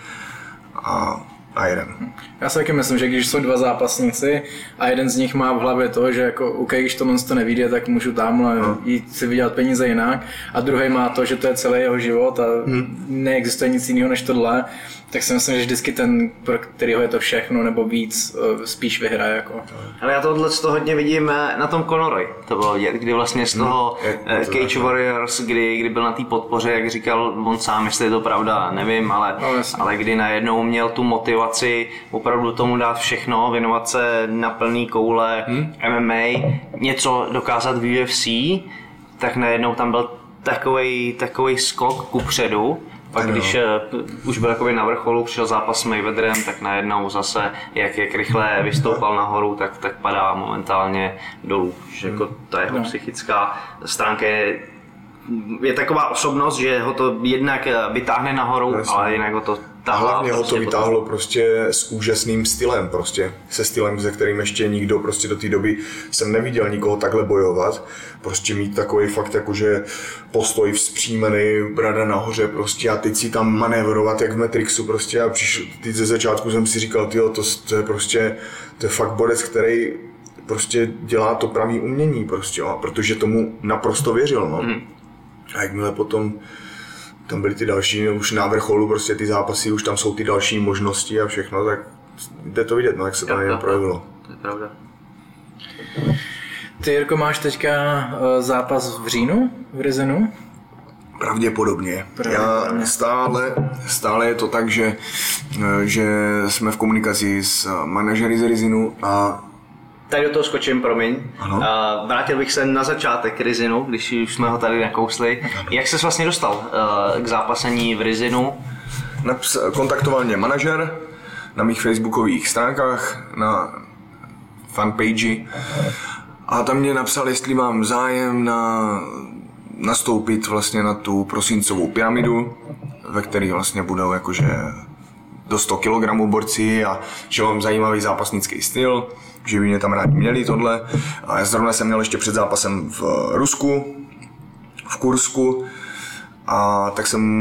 a jeden. Já si taky myslím, že když jsou dva zápasníci a jeden z nich má v hlavě to, že jako OK, když to nevyjde, tak můžu tamhle jít si vydělat peníze jinak a druhý má to, že to je celý jeho život a neexistuje nic jiného než tohle, tak si myslím, že vždycky ten, pro kterýho je to všechno nebo víc, spíš vyhraje. Jako. Ale já tohle hodně vidím na tom Conorovi. To bylo vidět, kdy vlastně z toho Cage Warriors, kdy byl na té podpoře, jak říkal on sám, jestli je to pravda, nevím, ale kdy najednou měl tu motivaci opravdu tomu dát všechno, věnovat se na plný koule MMA, něco dokázat v UFC, tak najednou tam byl takovej skok kupředu. Pak když už byl jakoby na vrcholu, přišel zápas s Mayweatherem, tak najednou zase, jak rychle vystoupal nahoru, tak padá momentálně dolů. Že jako ta jeho psychická stránka je taková osobnost, že ho to jednak vytáhne nahoru, ale jinak ho to táhlo. Hlavně ho to vytáhlo prostě s úžasným stylem, prostě se stylem, ze kterým ještě nikdo prostě do té doby jsem neviděl nikoho takhle bojovat. Prostě mít takový fakt jakože postoj vzpřímený, brada nahoře prostě a teď si tam manévrovat jak v Matrixu prostě a teď ze začátku jsem si říkal, tyjo, to je prostě, to je fakt borec, který prostě dělá to pravý umění prostě, a protože tomu naprosto věřil, no. A jakmile potom tam byly ty další, už na vrcholu prostě ty zápasy, už tam jsou ty další možnosti a všechno, tak jde to vidět, no, jak se to nejde projevilo. To je pravda. Ty, Jirko, máš teďka zápas v říjnu v Rizinu? Pravděpodobně. Já stále je to tak, že jsme v komunikaci s manažery z Rizinu a tady do toho skočím, promiň. Vrátil bych se na začátek Rizinu, když už jsme ho tady nakousli. Ano. Jak ses vlastně dostal k zápasení v Rizinu? Kontaktoval mě manažer na mých facebookových stránkách, na fanpage a tam mě napsal, jestli mám zájem nastoupit vlastně na tu prosincovou pyramidu, ve které vlastně budou jakože do 100 kg borci a že mám zajímavý zápasnický styl, že by mě tam rádi měli tohle. A já zrovna jsem měl ještě před zápasem v Rusku, v Kursku, a tak jsem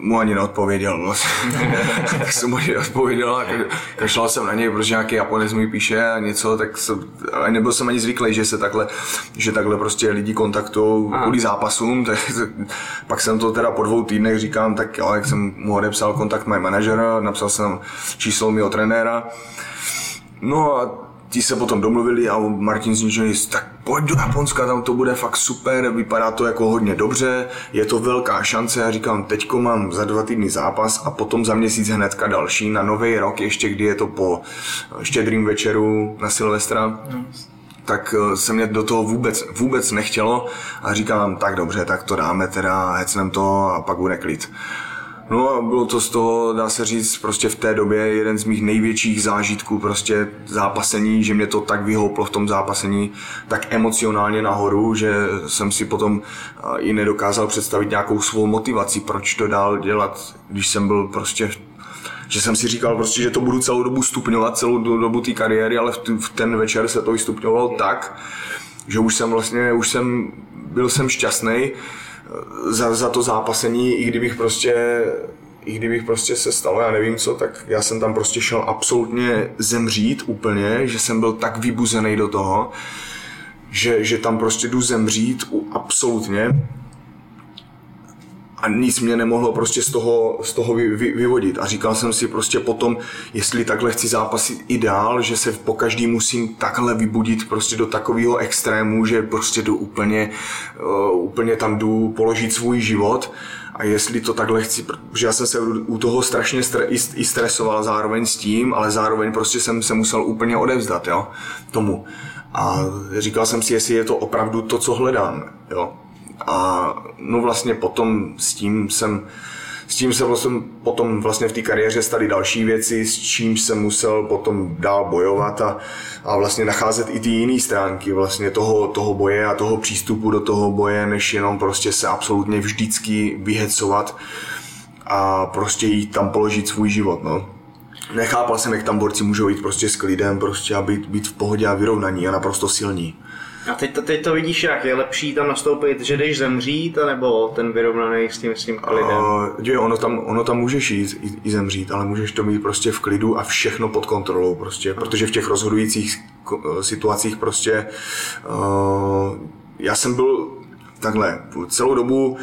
mu ani neodpověděl vlastně. Tak jsem mu ani neodpověděl a kašlal jsem na něj, protože nějaký Japonec mi píše a něco, tak nebyl jsem ani zvyklý, že takhle prostě lidi kontaktují kvůli zápasům, tak pak jsem to teda po 2 týdnech říkám, tak jo, jak jsem mu odepsal kontakt mého manažera, napsal jsem číslo mého trenéra, no a ti se potom domluvili a Martin Zničený, tak pojď do Japonska, tam to bude fakt super, vypadá to jako hodně dobře, je to velká šance. Já říkám, teďko mám za 2 týdny zápas a potom za měsíc hnedka další na Nový rok, ještě kdy je to po štědrým večeru na Silvestra. Tak se mě do toho vůbec nechtělo a říkám, tak dobře, tak to dáme teda, hecnem to a pak bude klid. No a bylo to z toho, dá se říct, prostě v té době jeden z mých největších zážitků prostě zápasení, že mě to tak vyhouplo v tom zápasení, tak emocionálně nahoru, že jsem si potom i nedokázal představit nějakou svou motivaci, proč to dál dělat, když jsem byl prostě, že jsem si říkal prostě, že to budu celou dobu stupňovat, celou dobu té kariéry, ale v ten večer se to i stupňovalo tak, že byl jsem šťastný za to zápasení, i kdybych prostě se stalo, já nevím co, tak já jsem tam prostě šel absolutně zemřít úplně, že jsem byl tak vybuzený do toho, že tam prostě jdu zemřít absolutně a nic mě nemohlo prostě z toho vyvodit. A říkal jsem si prostě potom, jestli takhle chci zápasit i dál, že se pokaždý musím takhle vybudit prostě do takového extrému, že prostě jdu úplně tam jdu položit svůj život. A jestli to takhle chci, protože já jsem se u toho strašně i stresoval zároveň s tím, ale zároveň prostě jsem se musel úplně odevzdat, jo, tomu. A říkal jsem si, jestli je to opravdu to, co hledám, jo. A no vlastně potom s tím se potom vlastně v té kariéře staly další věci, s čímž jsem musel potom dál bojovat a vlastně nacházet i ty jiné stránky vlastně toho boje a toho přístupu do toho boje, než jenom prostě se absolutně vždycky vyhecovat a prostě jít tam položit svůj život, no. Nechápal jsem, jak tam borci můžou jít prostě s klidem prostě a být v pohodě a vyrovnaní a naprosto silní. A teď to vidíš jak? Je lepší tam nastoupit, že jdeš zemřít, nebo ten vyrovnaný s tím klidem? Ono tam můžeš jít i zemřít, ale můžeš to mít prostě v klidu a všechno pod kontrolou prostě, protože v těch rozhodujících situacích prostě já jsem byl takhle celou dobu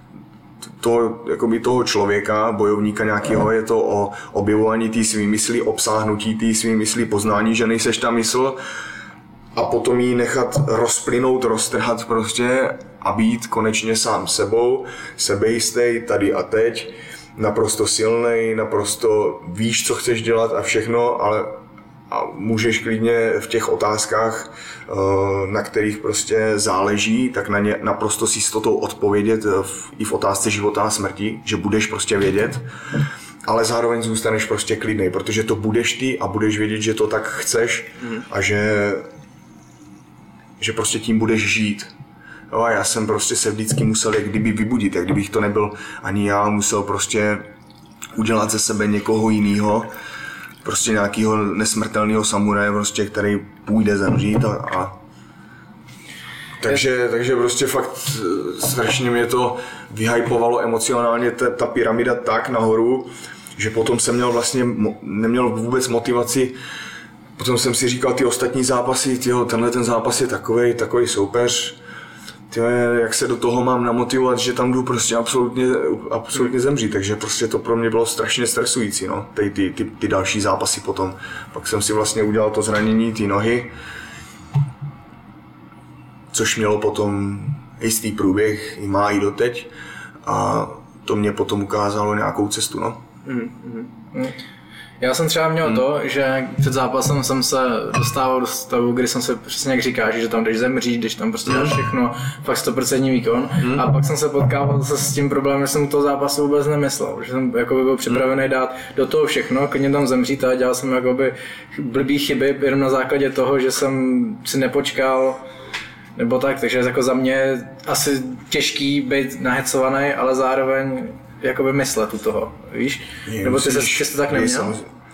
toho člověka, bojovníka nějakého, je to o objevování té svý mysli, obsáhnutí té svý mysli, poznání, že nejseš ta mysl, a potom ji nechat rozplynout, roztrhat prostě a být konečně sám sebou, sebejistý tady a teď, naprosto silnej, naprosto víš, co chceš dělat a všechno, ale a můžeš klidně v těch otázkách, na kterých prostě záleží, tak na ně naprosto s jistotou odpovědět i v otázce života a smrti, že budeš prostě vědět, ale zároveň zůstaneš prostě klidnej, protože to budeš ty a budeš vědět, že to tak chceš a že prostě tím budeš žít. Jo, a já jsem prostě se vždycky musel jak kdyby vybudit, jak kdybych to nebyl ani já, musel prostě udělat ze sebe někoho jiného, prostě nějakého nesmrtelného samuraje, prostě, který půjde zemřít takže prostě fakt strašně mě to vyhypovalo emocionálně ta pyramida tak nahoru, že potom jsem neměl vůbec motivaci. Potom jsem si říkal, ty ostatní zápasy, tenhle ten zápas je takovej soupeř, jak se do toho mám namotivovat, že tam jdu prostě absolutně zemřít, takže prostě to pro mě bylo strašně stresující, no, ty další zápasy potom. Pak jsem si vlastně udělal to zranění té nohy, což mělo potom jistý průběh, i má i doteď, a to mě potom ukázalo nějakou cestu, no. Já jsem třeba měl to, že před zápasem jsem se dostával do stavu, kdy jsem se přesně jak říkáš, že tam jdeš zemřít, když tam prostě dáš všechno, fakt 100% výkon. A pak jsem se potkával s tím problémem, že jsem u toho zápasu vůbec nemyslel, že jsem jakoby byl připravený dát do toho všechno, klidně tam zemřít, a dělal jsem jakoby blbý chyby jenom na základě toho, že jsem si nepočkal nebo tak, takže jako za mě asi těžký být nahecovaný, ale zároveň jakoby myslet u toho, víš? Nebo ty jsi to tak neměl?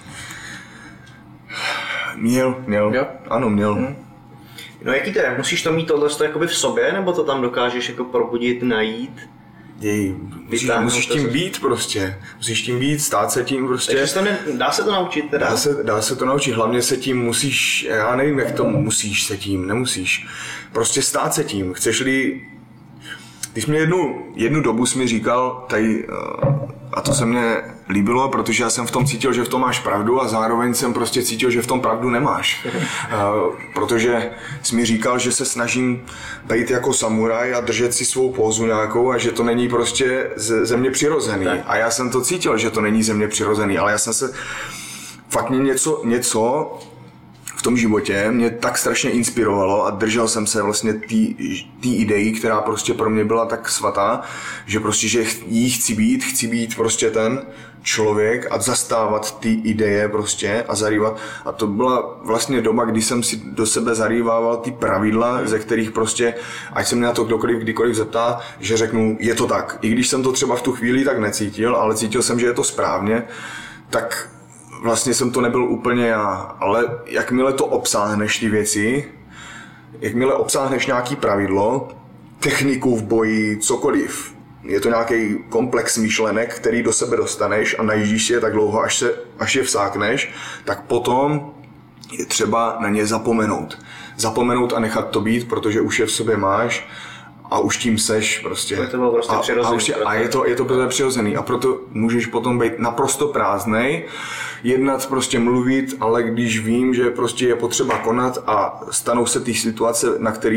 Měl. Jo? Ano, měl. No jaký to je? Musíš to mít tohle jakoby v sobě, nebo to tam dokážeš jako probudit, najít? musíš tím být prostě, musíš tím být, stát se tím prostě. Takže dá se to naučit teda? Dá se to naučit, hlavně se tím musíš, já nevím jak to musíš se tím, nemusíš, prostě stát se tím, chceš-li, když mě jednu dobu jsi mi říkal tady, a to se mně líbilo, protože já jsem v tom cítil, že v tom máš pravdu a zároveň jsem prostě cítil, že v tom pravdu nemáš. Protože jsi mi říkal, že se snažím být jako samuraj a držet si svou pózu nějakou a že to není prostě ze mě přirozený. Tak. A já jsem to cítil, že to není ze mě přirozený, ale já jsem se fakt něco v tom životě mě tak strašně inspirovalo a držel jsem se vlastně té idei, která prostě pro mě byla tak svatá, že prostě, že jí chci být prostě ten člověk a zastávat ty ideje prostě a zarývat. A to byla vlastně doba, kdy jsem si do sebe zarývával ty pravidla, ze kterých prostě, ať se mě na to kdykoliv zeptá, že řeknu, je to tak. I když jsem to třeba v tu chvíli tak necítil, ale cítil jsem, že je to správně, tak vlastně jsem to nebyl úplně já, ale jakmile to obsáhneš ty věci, jakmile obsáhneš nějaký pravidlo, techniku v boji, cokoliv, je to nějaký komplex myšlenek, který do sebe dostaneš a najíždíš si je tak dlouho, až je vsákneš, tak potom je třeba na ně zapomenout. Zapomenout a nechat to být, protože už je v sobě máš a už tím seš prostě. To bylo prostě přirozený. A je to prostě přirozený a proto můžeš potom být naprosto prázdnej, jednat, prostě mluvit, ale když vím, že prostě je potřeba konat a stanou se ty situace,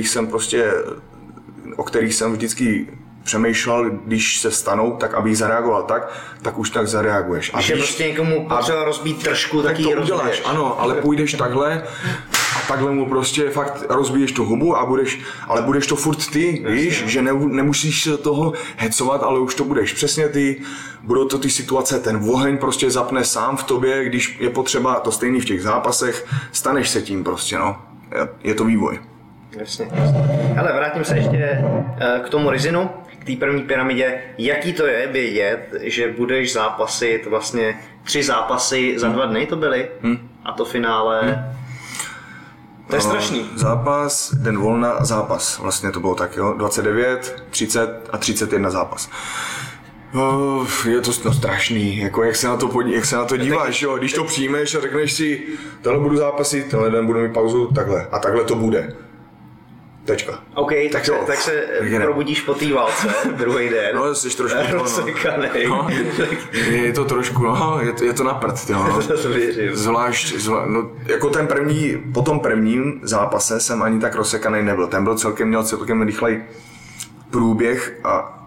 o kterých jsem vždycky přemýšlel, když se stanou, tak aby zareagoval tak už tak zareaguješ. Když je prostě někomu potřeba rozbít trošku, tak ji uděláš. Ano, ale půjdeš takhle a takhle mu prostě fakt rozbiješ tu hubu a budeš to furt ty, víš, že nemusíš se toho hecovat, ale už to budeš přesně ty, budou to ty situace, ten oheň prostě zapne sám v tobě, když je potřeba, to stejný v těch zápasech, staneš se tím prostě, no. Je to vývoj. Jasně. Ale vrátím se ještě k tomu Rizinu, k té první pyramidě. Jaký to je vědět, že budeš zápasit vlastně 3 zápasy za 2 dny to byly a to finále... To je strašný. Zápas, den volna, zápas. Vlastně to bylo tak, jo. 29, 30 a 31 zápas. Je to strašný, jako jak se na to díváš, jo. Když to přijmeš a řekneš si, tohle budu zápasit, tenhle den budu mít pauzu, takhle. A takhle to bude. Tečka. OK, tak se probudíš po té válce, druhý den. No, jsi trošku rozsekanej. No, je to trošku, no, je to na prd, jo. Zvlášť, no, jako po tom prvním zápase jsem ani tak rozsekanej nebyl. Ten měl celkem rychlej průběh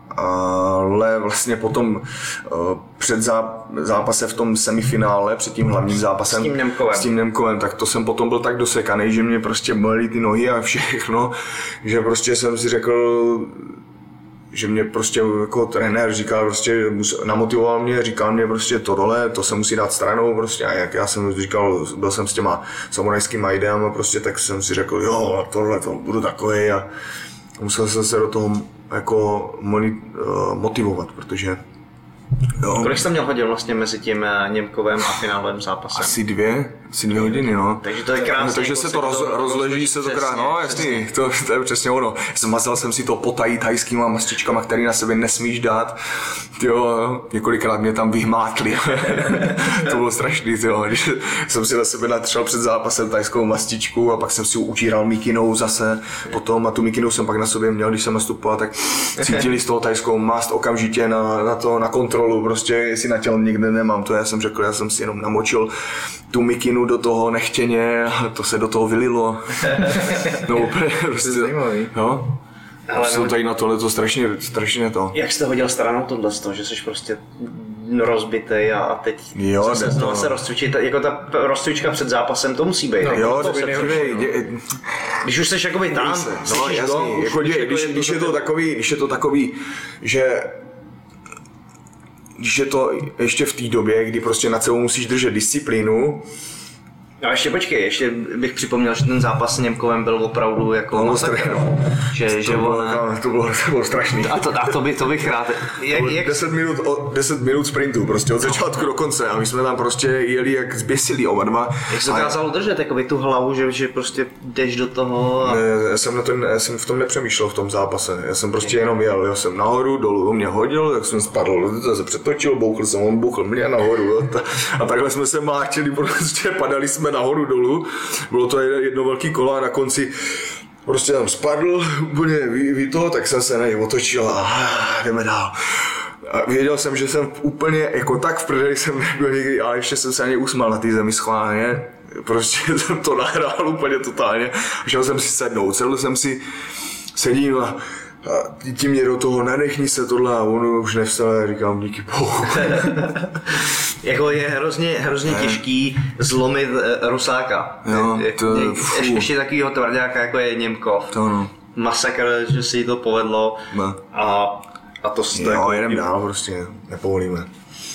ale vlastně potom před zápasem v tom semifinále, před tím hlavním zápasem s tím Němkovem, tak to jsem potom byl tak dosekaný, že mě prostě bolely ty nohy a všechno, že prostě jsem si řekl, že mě prostě jako trenér říkal, prostě namotivoval mě, říkal mě prostě to se musí dát stranou prostě a jak já jsem říkal, byl jsem s těma samurajskými ideama prostě, tak jsem si řekl, jo, tohle to budu takovej a musel jsem se do toho jako motivovat, protože jo. Kolik jsi měl hodin vlastně mezi tím Němkovem a finálovým zápasem? Asi dvě hodiny, no. Takže to je krásně. Takže se to rozleží, se to krásně, no jasný, to je přesně ono. Zmazal jsem si to potají thajskýma mastičkama, který na sebe nesmíš dát. Jo, několikrát mě tam vyhmátli. To bylo strašný, jo. Když jsem si na sebe natřel před zápasem thajskou mastičku a pak jsem si utíral mikinou zase potom a tu mikinou jsem pak na sobě měl, když jsem nastupoval, tak cítili z toho thajskou mast okamžitě na kontrolu, prostě jestli na tělo nikde nemám, to já jsem řekl, já jsem si jenom namočil tu mikinu do toho nechtěně a to se do toho vylilo. No úplně prostě, jo. Ale jsem tady na tohle to strašně to. Jak jste hodil stranou tohle z toho, že jsi prostě rozbitej a teď se rozcvičit, jako ta rozcvička před zápasem, to musí být. Jo, když už jsi jakoby tam, no jasný, jako když je to takový, že když je to ještě v té době, kdy prostě nad sebou musíš držet disciplínu, No ještě počkej, ještě bych připomněl, že ten zápas s Němkovem byl opravdu jako masakr. To bylo strašný. A to bych rád. 10 minut sprintu prostě od začátku do konce a my jsme tam prostě jeli jak zběsilí oba dva. Jak se dokázal udržet jakoby tu hlavu, že prostě jdeš do toho? A... Já jsem v tom nepřemýšlel v tom zápase, já jsem prostě jenom jel, já jsem nahoru, dolů, on mě hodil, tak jsem spadl, se přetočil, bouchl jsem, on bouchl mě nahoru a takhle jsme se mláčili, prostě padali jsme nahoru, dolů, bylo to jedno velký kolo a na konci prostě tam spadl, úplně to, tak jsem se na něj otočil a jdeme dál. A věděl jsem, že jsem úplně jako tak v prdeli jsem nebyl nikdy, ale ještě jsem se na něj usmál na té zemi schválně. Prostě jsem to nahrál úplně totálně. Šel jsem si sednout, sedl jsem si, sedím a tím mě do toho, nadechni se tohle a on už nevstal a říkám díky bohu. Jako je hrozně těžký zlomit Rusáka. Jo, ještě takovýho tvrdáka jako je Němkov. To no. Masakr, že si to povedlo a to se jo, jedem dál prostě, nepovolíme.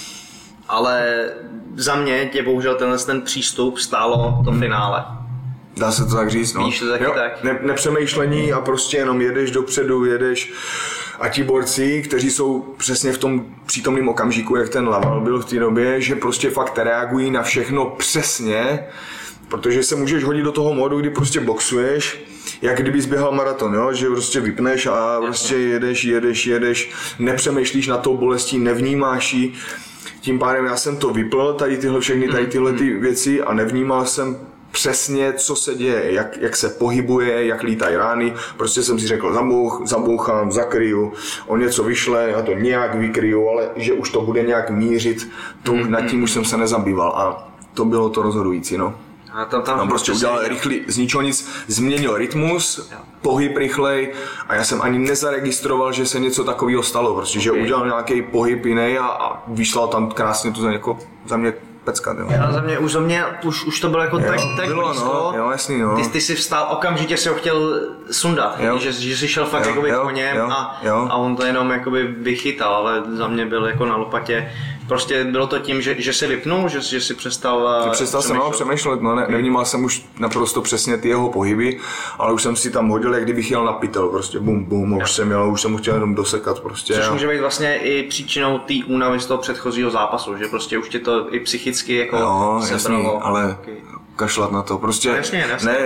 Ale za mě tě bohužel ten přístup stálo to finále. Dá se to tak říct, no. Víš to taky jo, tak? Nepřemýšlení a prostě jenom jedeš dopředu, jedeš a ti borci, kteří jsou přesně v tom přítomném okamžiku, jak ten Laval byl v té době, že prostě fakt reagují na všechno přesně, protože se můžeš hodit do toho modu, kdy prostě boxuješ, jak kdybys běhal maraton, jo? Že prostě vypneš a prostě jedeš, nepřemýšlíš na tou bolestí, nevnímáš ji. Tím pádem já jsem to vypl, tady tyhle ty věci a nevnímal jsem přesně, co se děje, jak se pohybuje, jak lítají rány. Prostě jsem si řekl, zabouchám, zakryju, on něco vyšle, já to nějak vykryju, ale že už to bude nějak mířit, nad tím už jsem se nezabýval a to bylo to rozhodující, no. A tam prostě udělal rychlý, z ničeho nic, změnil rytmus, pohyb rychlej a já jsem ani nezaregistroval, že se něco takového stalo, prostě, že udělal nějaký pohyb jiný a vyšlal tam krásně to jako za mě pecka. Za mě už to bylo jako tak bylo, blízko. No, jo, jasný, no. Ty jsi vstal, okamžitě si ho chtěl sundat, že jsi šel fakt jakoby po něm a on to jenom jakoby vychytal, ale za mě byl jako na lopatě. Prostě bylo to tím, že se vypnul, že si přestal jsem přemýšlet, no, nevnímal jsem už naprosto přesně ty jeho pohyby, ale už jsem si tam hodil, jak kdybych jel na pytel, prostě bum, už jsem ho chtěl jenom dosekat prostě. Což může být vlastně i příčinou té únavy z toho předchozího zápasu, že prostě už tě to i psychicky jako sebralo. Ale kašlat na to, prostě jasně.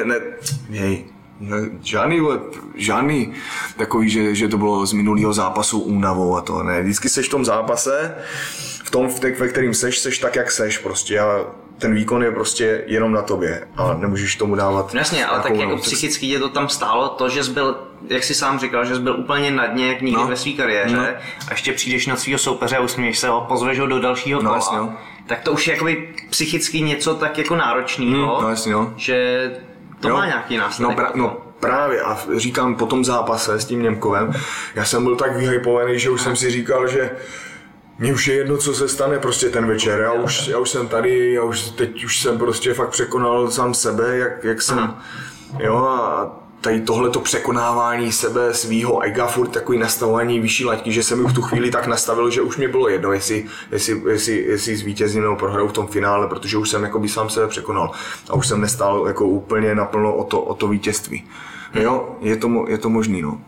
Žádný takový, že to bylo z minulého zápasu únavou a to ne. Vždycky seš v tom zápase, ve kterým seš tak, jak seš prostě a ten výkon je prostě jenom na tobě a nemůžeš tomu dávat. Jasně, ale tak jako psychicky tě to tam stálo to, že jsi byl, jak jsi sám říkal, že jsi byl úplně na dně jak nikdy ve své kariéře a ještě přijdeš na svého soupeře a usměješ se ho, pozveš ho do dalšího kola. Jasně, tak to už je jakoby psychicky něco tak jako náročného, že to má nějaký následek. Právě a říkám po tom zápase s tím Němkovem, já jsem byl tak vyhypovaný, že už jsem si říkal, že mně už je jedno, co se stane prostě ten večer, já už jsem tady, teď už jsem prostě fakt překonal sám sebe, jak jsem, jo a tady tohleto překonávání sebe, svýho ega, furt takový nastavování vyšší laťky, že jsem mi v tu chvíli tak nastavil, že už mi bylo jedno, jestli zvítězím nebo prohraju v tom finále, protože už jsem jakoby sám sebe překonal a už jsem nestál jako úplně naplno o to vítězství. Jo, je to možný, no.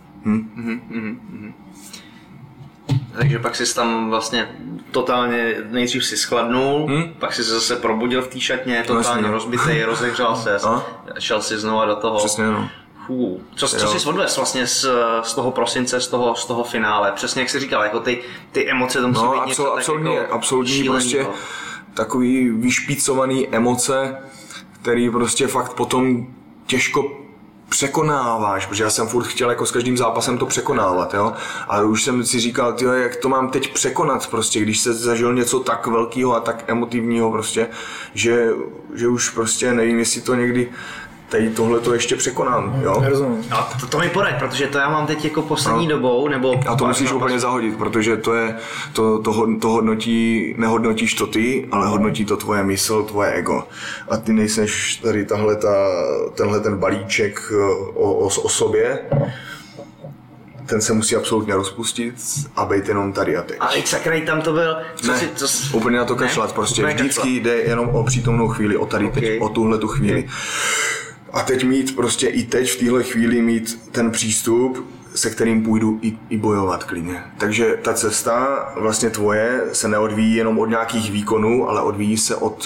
Takže pak jsi tam vlastně totálně, nejdřív si schladnul, pak si se zase probudil v té šatně, totálně rozbitej, rozehřál se, šel si znova do toho. Přesně, no. Co jsi odvez vlastně z toho prosince, z toho finále? Přesně jak jsi říkal, jako ty emoce to musí být něco absolutní prostě takový vyšpícovaný emoce, který prostě fakt potom těžko překonáváš, protože já jsem furt chtěl jako s každým zápasem to překonávat, jo. A už jsem si říkal, tyjo, jak to mám teď překonat prostě, když se zažil něco tak velkého a tak emotivního prostě, že už prostě nevím, jestli to někdy tady tohle to ještě překonám, jo. A to mi poraď, protože to já mám teď jako poslední dobou, nebo... A to musíš úplně zahodit, protože to nehodnotíš to ty, ale hodnotí to tvoje mysl, tvoje ego. A ty nejseš tady tenhle ten balíček o sobě, ten se musí absolutně rozpustit a být jenom tady a teď. A sakrej, tam to byl... Úplně na to kašlat, prostě vždycky jde jenom o přítomnou chvíli, o tady teď, o tuhletu chvíli. A teď mít prostě i teď v téhle chvíli mít ten přístup, se kterým půjdu i bojovat klidně. Takže ta cesta vlastně tvoje se neodvíjí jenom od nějakých výkonů, ale odvíjí se od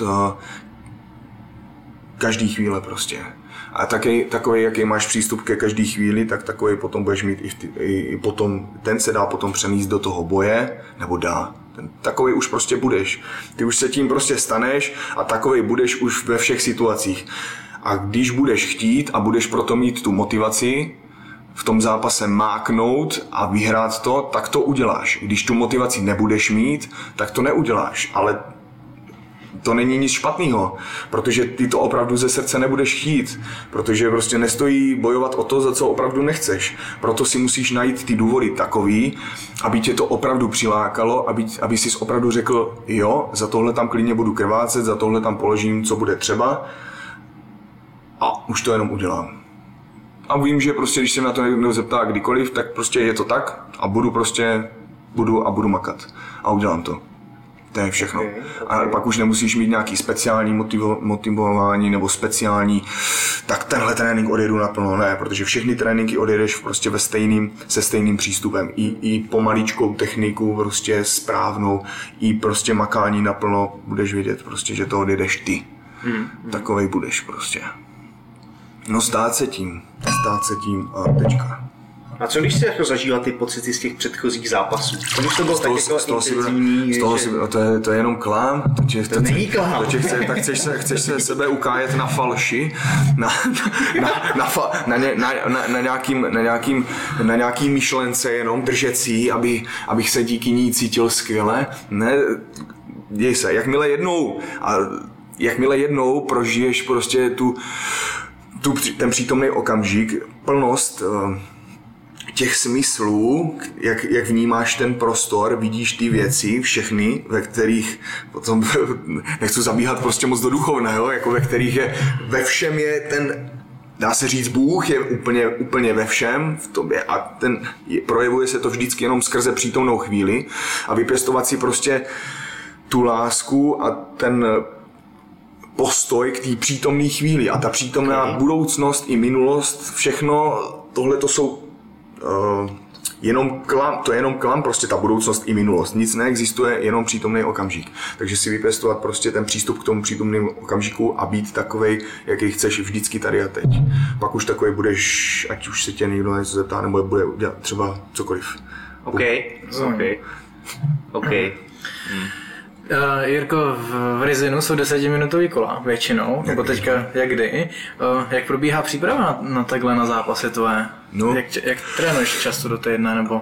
každé chvíle prostě. A takový, jaký máš přístup ke každé chvíli, tak takový potom budeš mít i potom, ten se dá potom přenést do toho boje, nebo dá. Takový už prostě budeš. Ty už se tím prostě staneš a takový budeš už ve všech situacích. A když budeš chtít a budeš proto mít tu motivaci, v tom zápase máknout a vyhrát to, tak to uděláš. Když tu motivaci nebudeš mít, tak to neuděláš. Ale to není nic špatného, protože ty to opravdu ze srdce nebudeš chtít, protože prostě nestojí bojovat o to, za co opravdu nechceš. Proto si musíš najít ty důvody takový, aby tě to opravdu přilákalo, aby jsi opravdu řekl, jo, za tohle tam klidně budu krvácet, za tohle tam položím, co bude třeba a už to jenom udělám. A vím, že prostě, když se na to někdo zeptá kdykoliv, tak prostě je to tak a budu makat a udělám to. To je všechno. Okay. A pak už nemusíš mít nějaký speciální motivování nebo speciální, tak tenhle trénink odjedu naplno, ne, protože všechny tréninky odjedeš prostě se stejným přístupem. I pomaličkou techniku prostě správnou, i prostě makání naplno, budeš vědět prostě, že to odjedeš ty. Takovej budeš prostě. No stát se tím a tečka. A co když si jako zažívat ty pocity z těch předchozích zápasů? To už to bylo tak jako intenzivní, to je jenom klám. To není klám. Chceš se sebe ukájet na falši, na nějaký myšlence jenom držecí, abych se díky ní cítil skvěle. Ne, děj se, jakmile jednou prožiješ prostě ten přítomný okamžik, plnost těch smyslů, jak vnímáš ten prostor, vidíš ty věci, všechny, ve kterých, potom nechci zabíhat prostě moc do duchovného, jako ve kterých je, ve všem je ten, dá se říct, Bůh je úplně ve všem v tobě a projevuje se to vždycky jenom skrze přítomnou chvíli a vypěstovat si prostě tu lásku a ten postoj k té přítomné chvíli a ta přítomná budoucnost i minulost, všechno tohle to jsou to je jenom klam, prostě ta budoucnost i minulost. Nic neexistuje, jenom přítomný okamžik. Takže si vypěstovat prostě ten přístup k tomu přítomnému okamžiku a být takovej, jaký chceš vždycky tady a teď. Pak už takovej budeš, ať už se tě někdo něco zeptá, nebo bude dělat třeba cokoliv. OK. Jirko, v Rizinu jsou 10minutový kola většinou, nebo teďka jak kdy. Jak probíhá příprava na takhle na zápasy tvoje? No. Jak trénuješ často do týdne, nebo?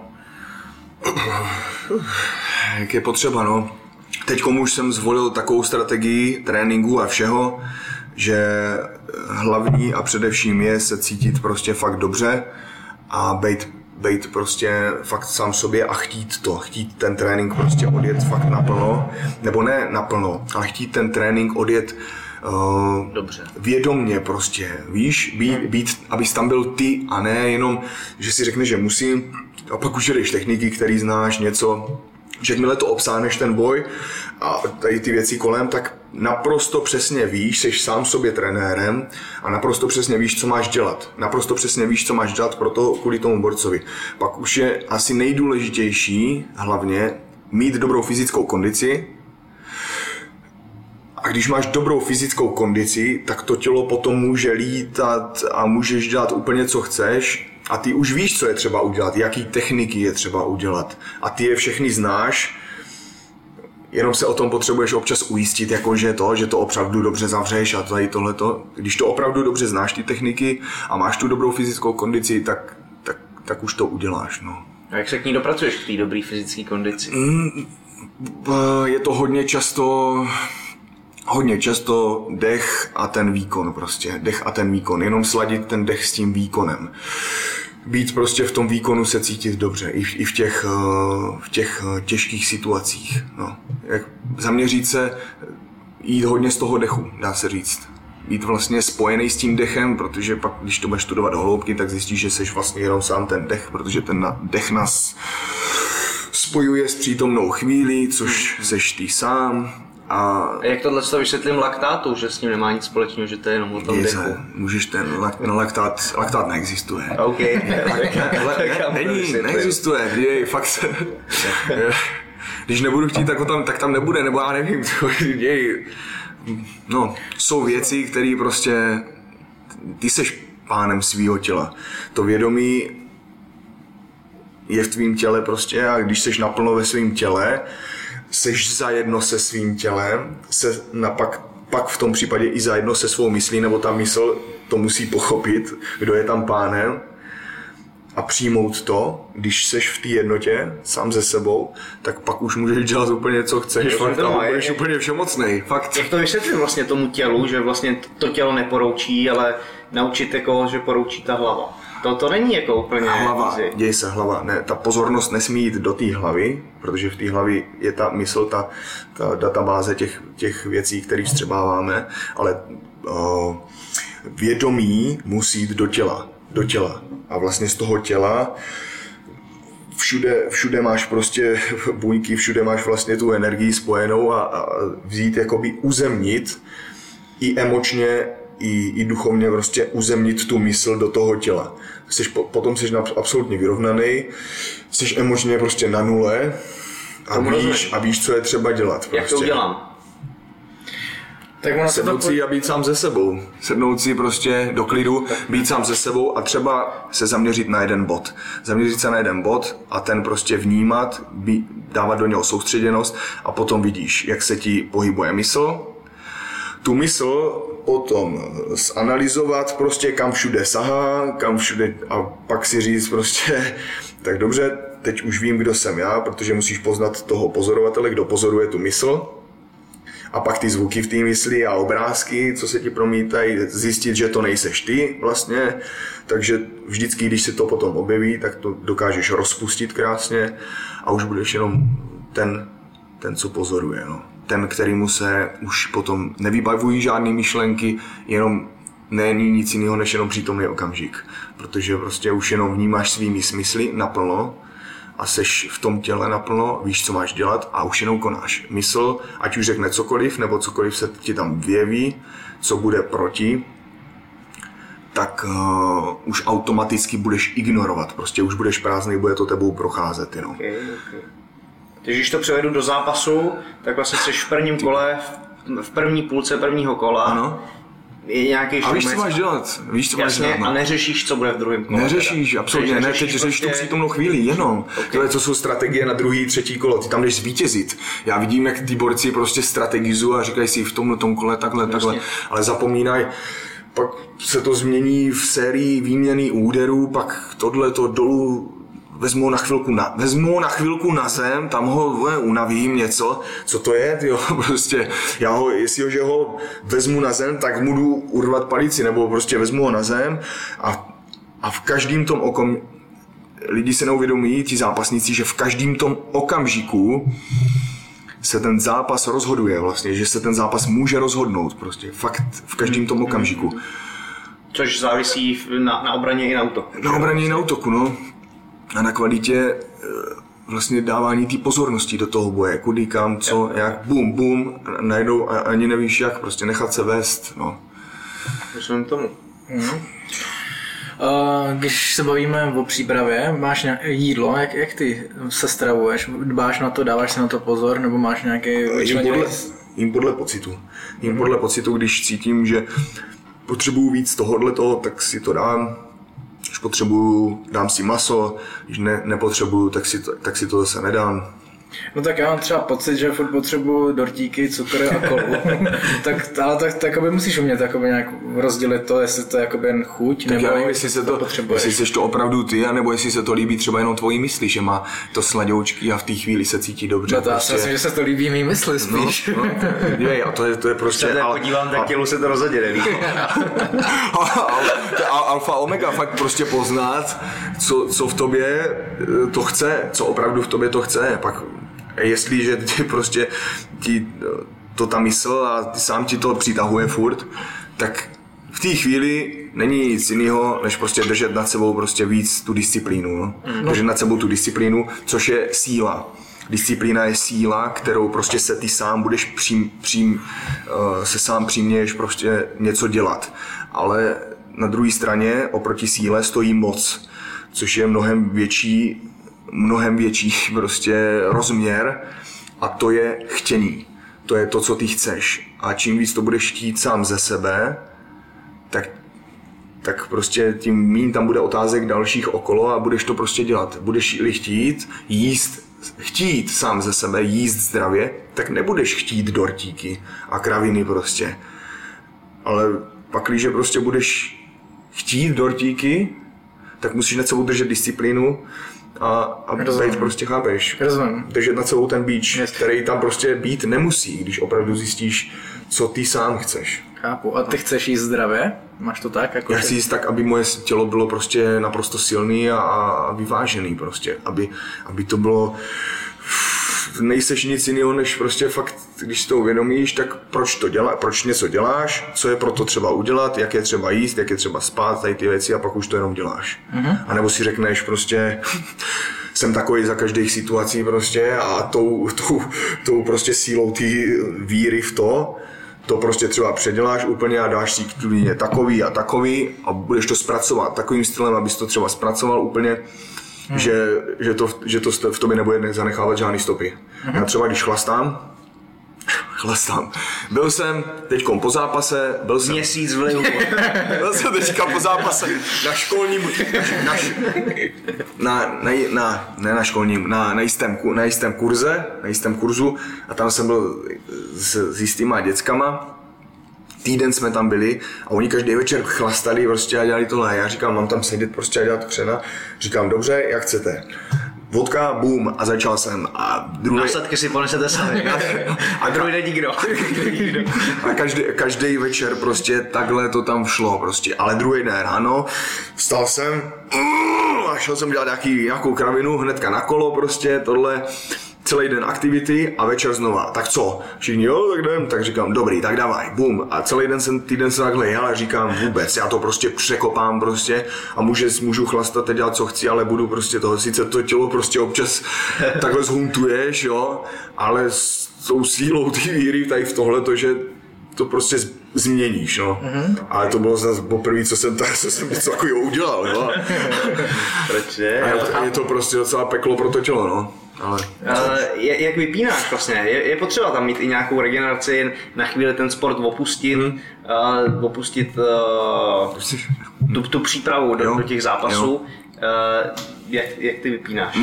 Jak je potřeba, no. Teďkom už jsem zvolil takovou strategii tréninku a všeho, že hlavní a především je se cítit prostě fakt dobře a být prostě fakt sám sobě a chtít ten trénink prostě odjet fakt naplno, nebo ne naplno, ale chtít ten trénink odjet dobře. Vědomně prostě, víš, být, abys tam byl ty a ne jenom, že si řekneš, že musím a pak už jdeš techniky, který znáš, něco, že jakmile to obsáhneš ten boj a tady ty věci kolem, tak naprosto přesně víš, jsi sám sobě trenérem a naprosto přesně víš, co máš dělat. Naprosto přesně víš, co máš dělat kvůli tomu borcovi. Pak už je asi nejdůležitější hlavně mít dobrou fyzickou kondici. A když máš dobrou fyzickou kondici, tak to tělo potom může lítat a můžeš dělat úplně, co chceš. A ty už víš, co je třeba udělat, jaký techniky je třeba udělat. A ty je všechny znáš, jenom se o tom potřebuješ občas ujistit, jako že to opravdu dobře zavřeš a tady tohleto. Když to opravdu dobře znáš, ty techniky, a máš tu dobrou fyzickou kondici, tak už to uděláš. No. A jak se k ní dopracuješ, k té dobré fyzické kondici? Je to hodně často dech a ten výkon prostě. Dech a ten výkon. Jenom sladit ten dech s tím výkonem. Být prostě v tom výkonu se cítit dobře. I v těch těžkých situacích. No. Zaměřit se, jít hodně z toho dechu, dá se říct. být vlastně spojený s tím dechem, protože pak, když to budeš studovat do hloubky, tak zjistíš, že jsi vlastně jenom sám ten dech, protože ten dech nás spojuje s přítomnou chvílí, což seš ty sám. A jak tohle to vysvětlím laktátu, že s ním nemá nic společného, že to je jenom o tom dechu? Můžeš laktát neexistuje. OK. Neexistuje, fakt. Když nebudu chtít, tak tam nebude, nebo já nevím, no, jsou věci, které prostě, ty seš pánem svýho těla. To vědomí je v tvým těle prostě a když seš naplno ve svým těle, seš zajedno se svým tělem, pak v tom případě i zajedno se svou myslí, nebo ta mysl to musí pochopit, kdo je tam pánem a přijmout to, když seš v té jednotě sám se sebou, tak pak už můžeš dělat úplně co chceš, fakt, a budeš úplně všemocnej, fakt. Jak to vysvětlím vlastně tomu tělu, že vlastně to tělo neporoučí, ale naučit jako, že poroučí ta hlava. To není jako úplně hlava, děj se hlava, ne, ta pozornost nesmí jít do té hlavy, protože v té hlavě je ta mysl, ta databáze těch věcí, které vstřebáváme, ale vědomí musí jít do těla. A vlastně z toho těla všude máš prostě buňky, všude máš vlastně tu energii spojenou a vzít jakoby uzemnit i emočně, i duchovně prostě uzemnit tu mysl do toho těla. Potom jsi absolutně vyrovnaný, jsi emočně prostě na nule a víš, co je třeba dělat. Prostě. Jak to udělám? Sednout si a být sám se sebou. Sednout si prostě do klidu, být sám se sebou a třeba se zaměřit na jeden bod. Zaměřit se na jeden bod a ten prostě vnímat, dávat do něho soustředěnost a potom vidíš, jak se ti pohybuje mysl. Tu mysl potom zanalyzovat prostě kam všude sahá, kam všude a pak si říct prostě tak dobře, teď už vím, kdo jsem já, protože musíš poznat toho pozorovatele, kdo pozoruje tu mysl. A pak ty zvuky v té mysli a obrázky, co se ti promítají, zjistit, že to nejseš ty vlastně. Takže vždycky, když se to potom objeví, tak to dokážeš rozpustit krásně a už budeš jenom ten co pozoruje. No. Ten, kterýmu se už potom nevybavují žádné myšlenky, jenom není nic jiného než jenom přítomný okamžik. Protože prostě už jenom vnímáš svými smysly naplno a seš v tom těle naplno, víš, co máš dělat a už jenom konáš. Mysl, ať už řekne cokoliv, nebo cokoliv se ti tam vyjeví, co bude proti, tak už automaticky budeš ignorovat. Prostě už budeš prázdný, bude to tebou procházet jenom. Okay. Takže když to převedu do zápasu, tak vlastně jsi v prvním kole, v první půlce prvního kola. Ano. Je nějaký a víš, co máš dělat. A neřešíš, co bude v druhém kole. Neřešíš, absolutně. Ne, teď řešíš tu přítomnou chvíli, jenom. Okay. To jsou strategie na druhý, třetí kolo. Ty tam jdeš zvítězit. Já vidím, jak ty borci prostě strategizují a říkají si v tomhle kole takhle. Ale zapomínají, pak se to změní v sérii výměny úderů, pak tohleto dolů vezmu na chvilku na zem, tam ho unavím něco, co to je, tyjo, prostě, jestli ho vezmu na zem, tak mu jdu urvat palici, nebo prostě vezmu ho na zem a v každém tom lidi se neuvědomí, ti zápasníci, že v každém tom okamžiku se ten zápas rozhoduje vlastně, že se ten zápas může rozhodnout prostě, fakt v každém tom okamžiku. Což závisí na obraně i na útoku. Na obraně i na útoku, no. A na kvalitě vlastně dávání té pozornosti do toho boje, kudy, kam, co, jak, bum, najednou a ani nevíš jak, prostě nechat se vést, no. Rozumím tomu. Když se bavíme o přípravě, máš jídlo, jak ty se stravuješ? Dbáš na to, dáváš si na to pozor, nebo máš nějaký Jím podle pocitu. Podle pocitu, když cítím, že potřebuju víc tohoto, tak si to dám. Když potřebuju, dám si maso, když nepotřebuju, tak si to zase nedám. No tak já mám třeba pocit, že furt potřebuju dortíky, cukr a kolu. tak aby musíš umět nějak rozdělit to, jestli to je jen chuť, tak nebo jestli jsi to opravdu ty, anebo jestli se to líbí třeba jenom tvojí mysli, že má to sladoučky a v té chvíli se cítí dobře. No to prostě. Já si myslím, že se to líbí mý mysli spíš. A to je prostě... Když se podívám, tak tělu se to rozhodně neví. Alfa omega fakt prostě poznat, co v tobě to chce, co opravdu v tobě to chce. Pak jestliže ti prostě to ta mysl a ty sám ti to přitahuje furt, tak v té chvíli není nic jiného, než prostě držet nad sebou prostě víc tu disciplínu. No? Držet nad sebou tu disciplínu, což je síla. Disciplína je síla, kterou prostě se ty sám budeš se sám přiměješ prostě něco dělat. Ale na druhé straně oproti síle stojí moc, což je mnohem větší prostě rozměr a to je chtění. To je to, co ty chceš. A čím víc to budeš chtít sám ze sebe, tak prostě tím míň tam bude otázek dalších okolo a budeš to prostě dělat. Budeš-li chtít sám ze sebe jíst zdravě, tak nebudeš chtít dortíky a kraviny prostě. Ale pak, když prostě budeš chtít dortíky, tak musíš nad sebou držet disciplínu a být prostě, chápeš? Držet nad sebou ten beach, který tam prostě být nemusí, když opravdu zjistíš, co ty sám chceš. Chápu. A ty chceš jíst zdravě? Máš to tak? Jako já chci jíst tak, aby moje tělo bylo prostě naprosto silný a vyvážený prostě. Aby to bylo... Nejseš nic jiného, než prostě fakt, když si to uvědomíš, tak proč něco děláš, co je pro to třeba udělat, jak je třeba jíst, jak je třeba spát, tady ty věci a pak už to jenom děláš. A nebo si řekneš prostě, jsem takový za každých situací prostě a tou prostě sílou té víry v to prostě třeba předěláš úplně a dáš si klidně takový a budeš to zpracovat takovým stylem, abys to třeba zpracoval úplně, že to v tobě nebude zanechávat žádný stopy. Já třeba když chlastám. Byl jsem teďkom po zápase, Měsíc v lihu. Byl jsem teďka po zápase na školním, na jistém kurzu a tam jsem byl s jistýma dětskama. Týden jsme tam byli a oni každý večer chlastali prostě a dělali tohle. Já říkám, mám tam sedět prostě a dělat křena. Říkám, dobře, jak chcete. Vodka, boom, a začal jsem. A druhý... Následky si ponesete sami. A druhý den nikdo. A každý večer prostě takhle to tam šlo prostě. Ale druhý den ráno vstal jsem a šel jsem dělat nějakou kravinu, hnedka na kolo prostě, tohle. Celý den aktivity a večer znova. Tak co? Všichni jo, tak jdem. Tak říkám, dobrý, tak dávaj, bum. A celý týden jsem takhle jel a říkám vůbec, já to prostě překopám prostě a můžu chlastat a dělat co chci, ale budu prostě toho, sice to tělo prostě občas takhle zhuntuješ, jo, ale s tou sílou ty víry tady v tohleto, že to prostě změníš, no. Ale to bylo zase poprvé, co jsem něco takového udělal, jo. Proč ne? A je to prostě docela peklo pro to tělo, no. Ale... Jak vypínáš vlastně? Je potřeba tam mít i nějakou regeneraci, na chvíli ten sport opustit tu přípravu do těch zápasů. Jak ty vypínáš?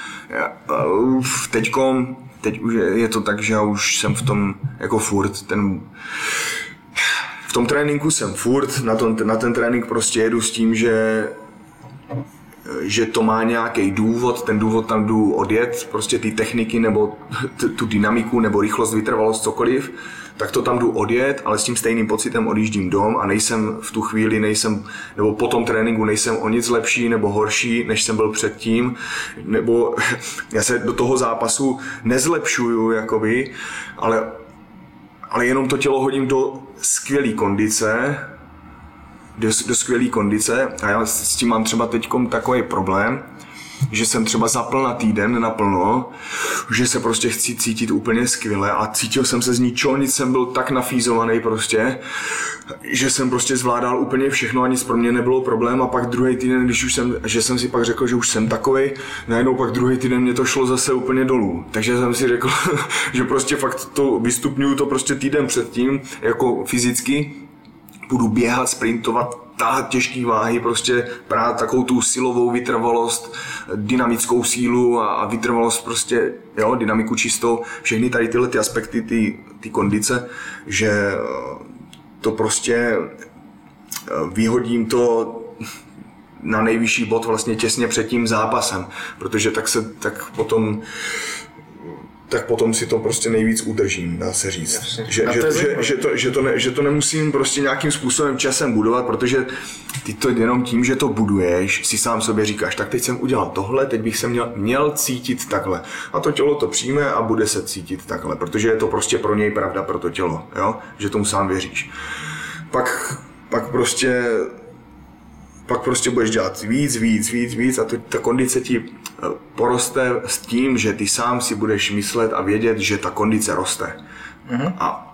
Teď už je to tak, že já už jsem v tom jako furt, v tom tréninku jsem furt, na ten trénink prostě jedu s tím, že to má nějaký důvod, ten důvod tam jdu odjet, prostě ty techniky nebo tu dynamiku nebo rychlost, vytrvalost, cokoliv, tak to tam jdu odjet, ale s tím stejným pocitem odjíždím dom a nejsem v tu chvíli, nebo po tom tréninku nejsem o nic lepší nebo horší, než jsem byl předtím, nebo já se do toho zápasu nezlepšuju, jakoby, ale jenom to tělo hodím do skvělé kondice, do skvělé kondice a já s tím mám třeba teďkom takový problém, že jsem třeba zapl na týden naplno, že se prostě chci cítit úplně skvěle a cítil jsem se z ničeho nic, jsem byl tak nafízovaný prostě, že jsem prostě zvládal úplně všechno a nic pro mě nebylo problém a pak druhý týden, že jsem si pak řekl, že už jsem takovej, najednou pak druhý týden mě to šlo zase úplně dolů, takže jsem si řekl, že prostě fakt to vystupňuju to prostě týden předtím, jako fyzicky, budu běhat, sprintovat, táhat těžké váhy, prostě brát takovou tu silovou vytrvalost, dynamickou sílu a vytrvalost prostě, jo, dynamiku čistou, všechny tady tyhle ty aspekty, ty kondice, že to prostě vyhodím to na nejvyšší bod vlastně těsně před tím zápasem, protože tak potom si to prostě nejvíc udržím, dá se říct. Že to nemusím prostě nějakým způsobem časem budovat, protože ty to jenom tím, že to buduješ, si sám sobě říkáš, tak teď jsem udělal tohle, teď bych se měl cítit takhle. A to tělo to přijme a bude se cítit takhle, protože je to prostě pro něj pravda, pro to tělo, jo? Že tomu sám věříš. pak prostě budeš dělat víc a ta kondice ti poroste s tím, že ty sám si budeš myslet a vědět, že ta kondice roste. A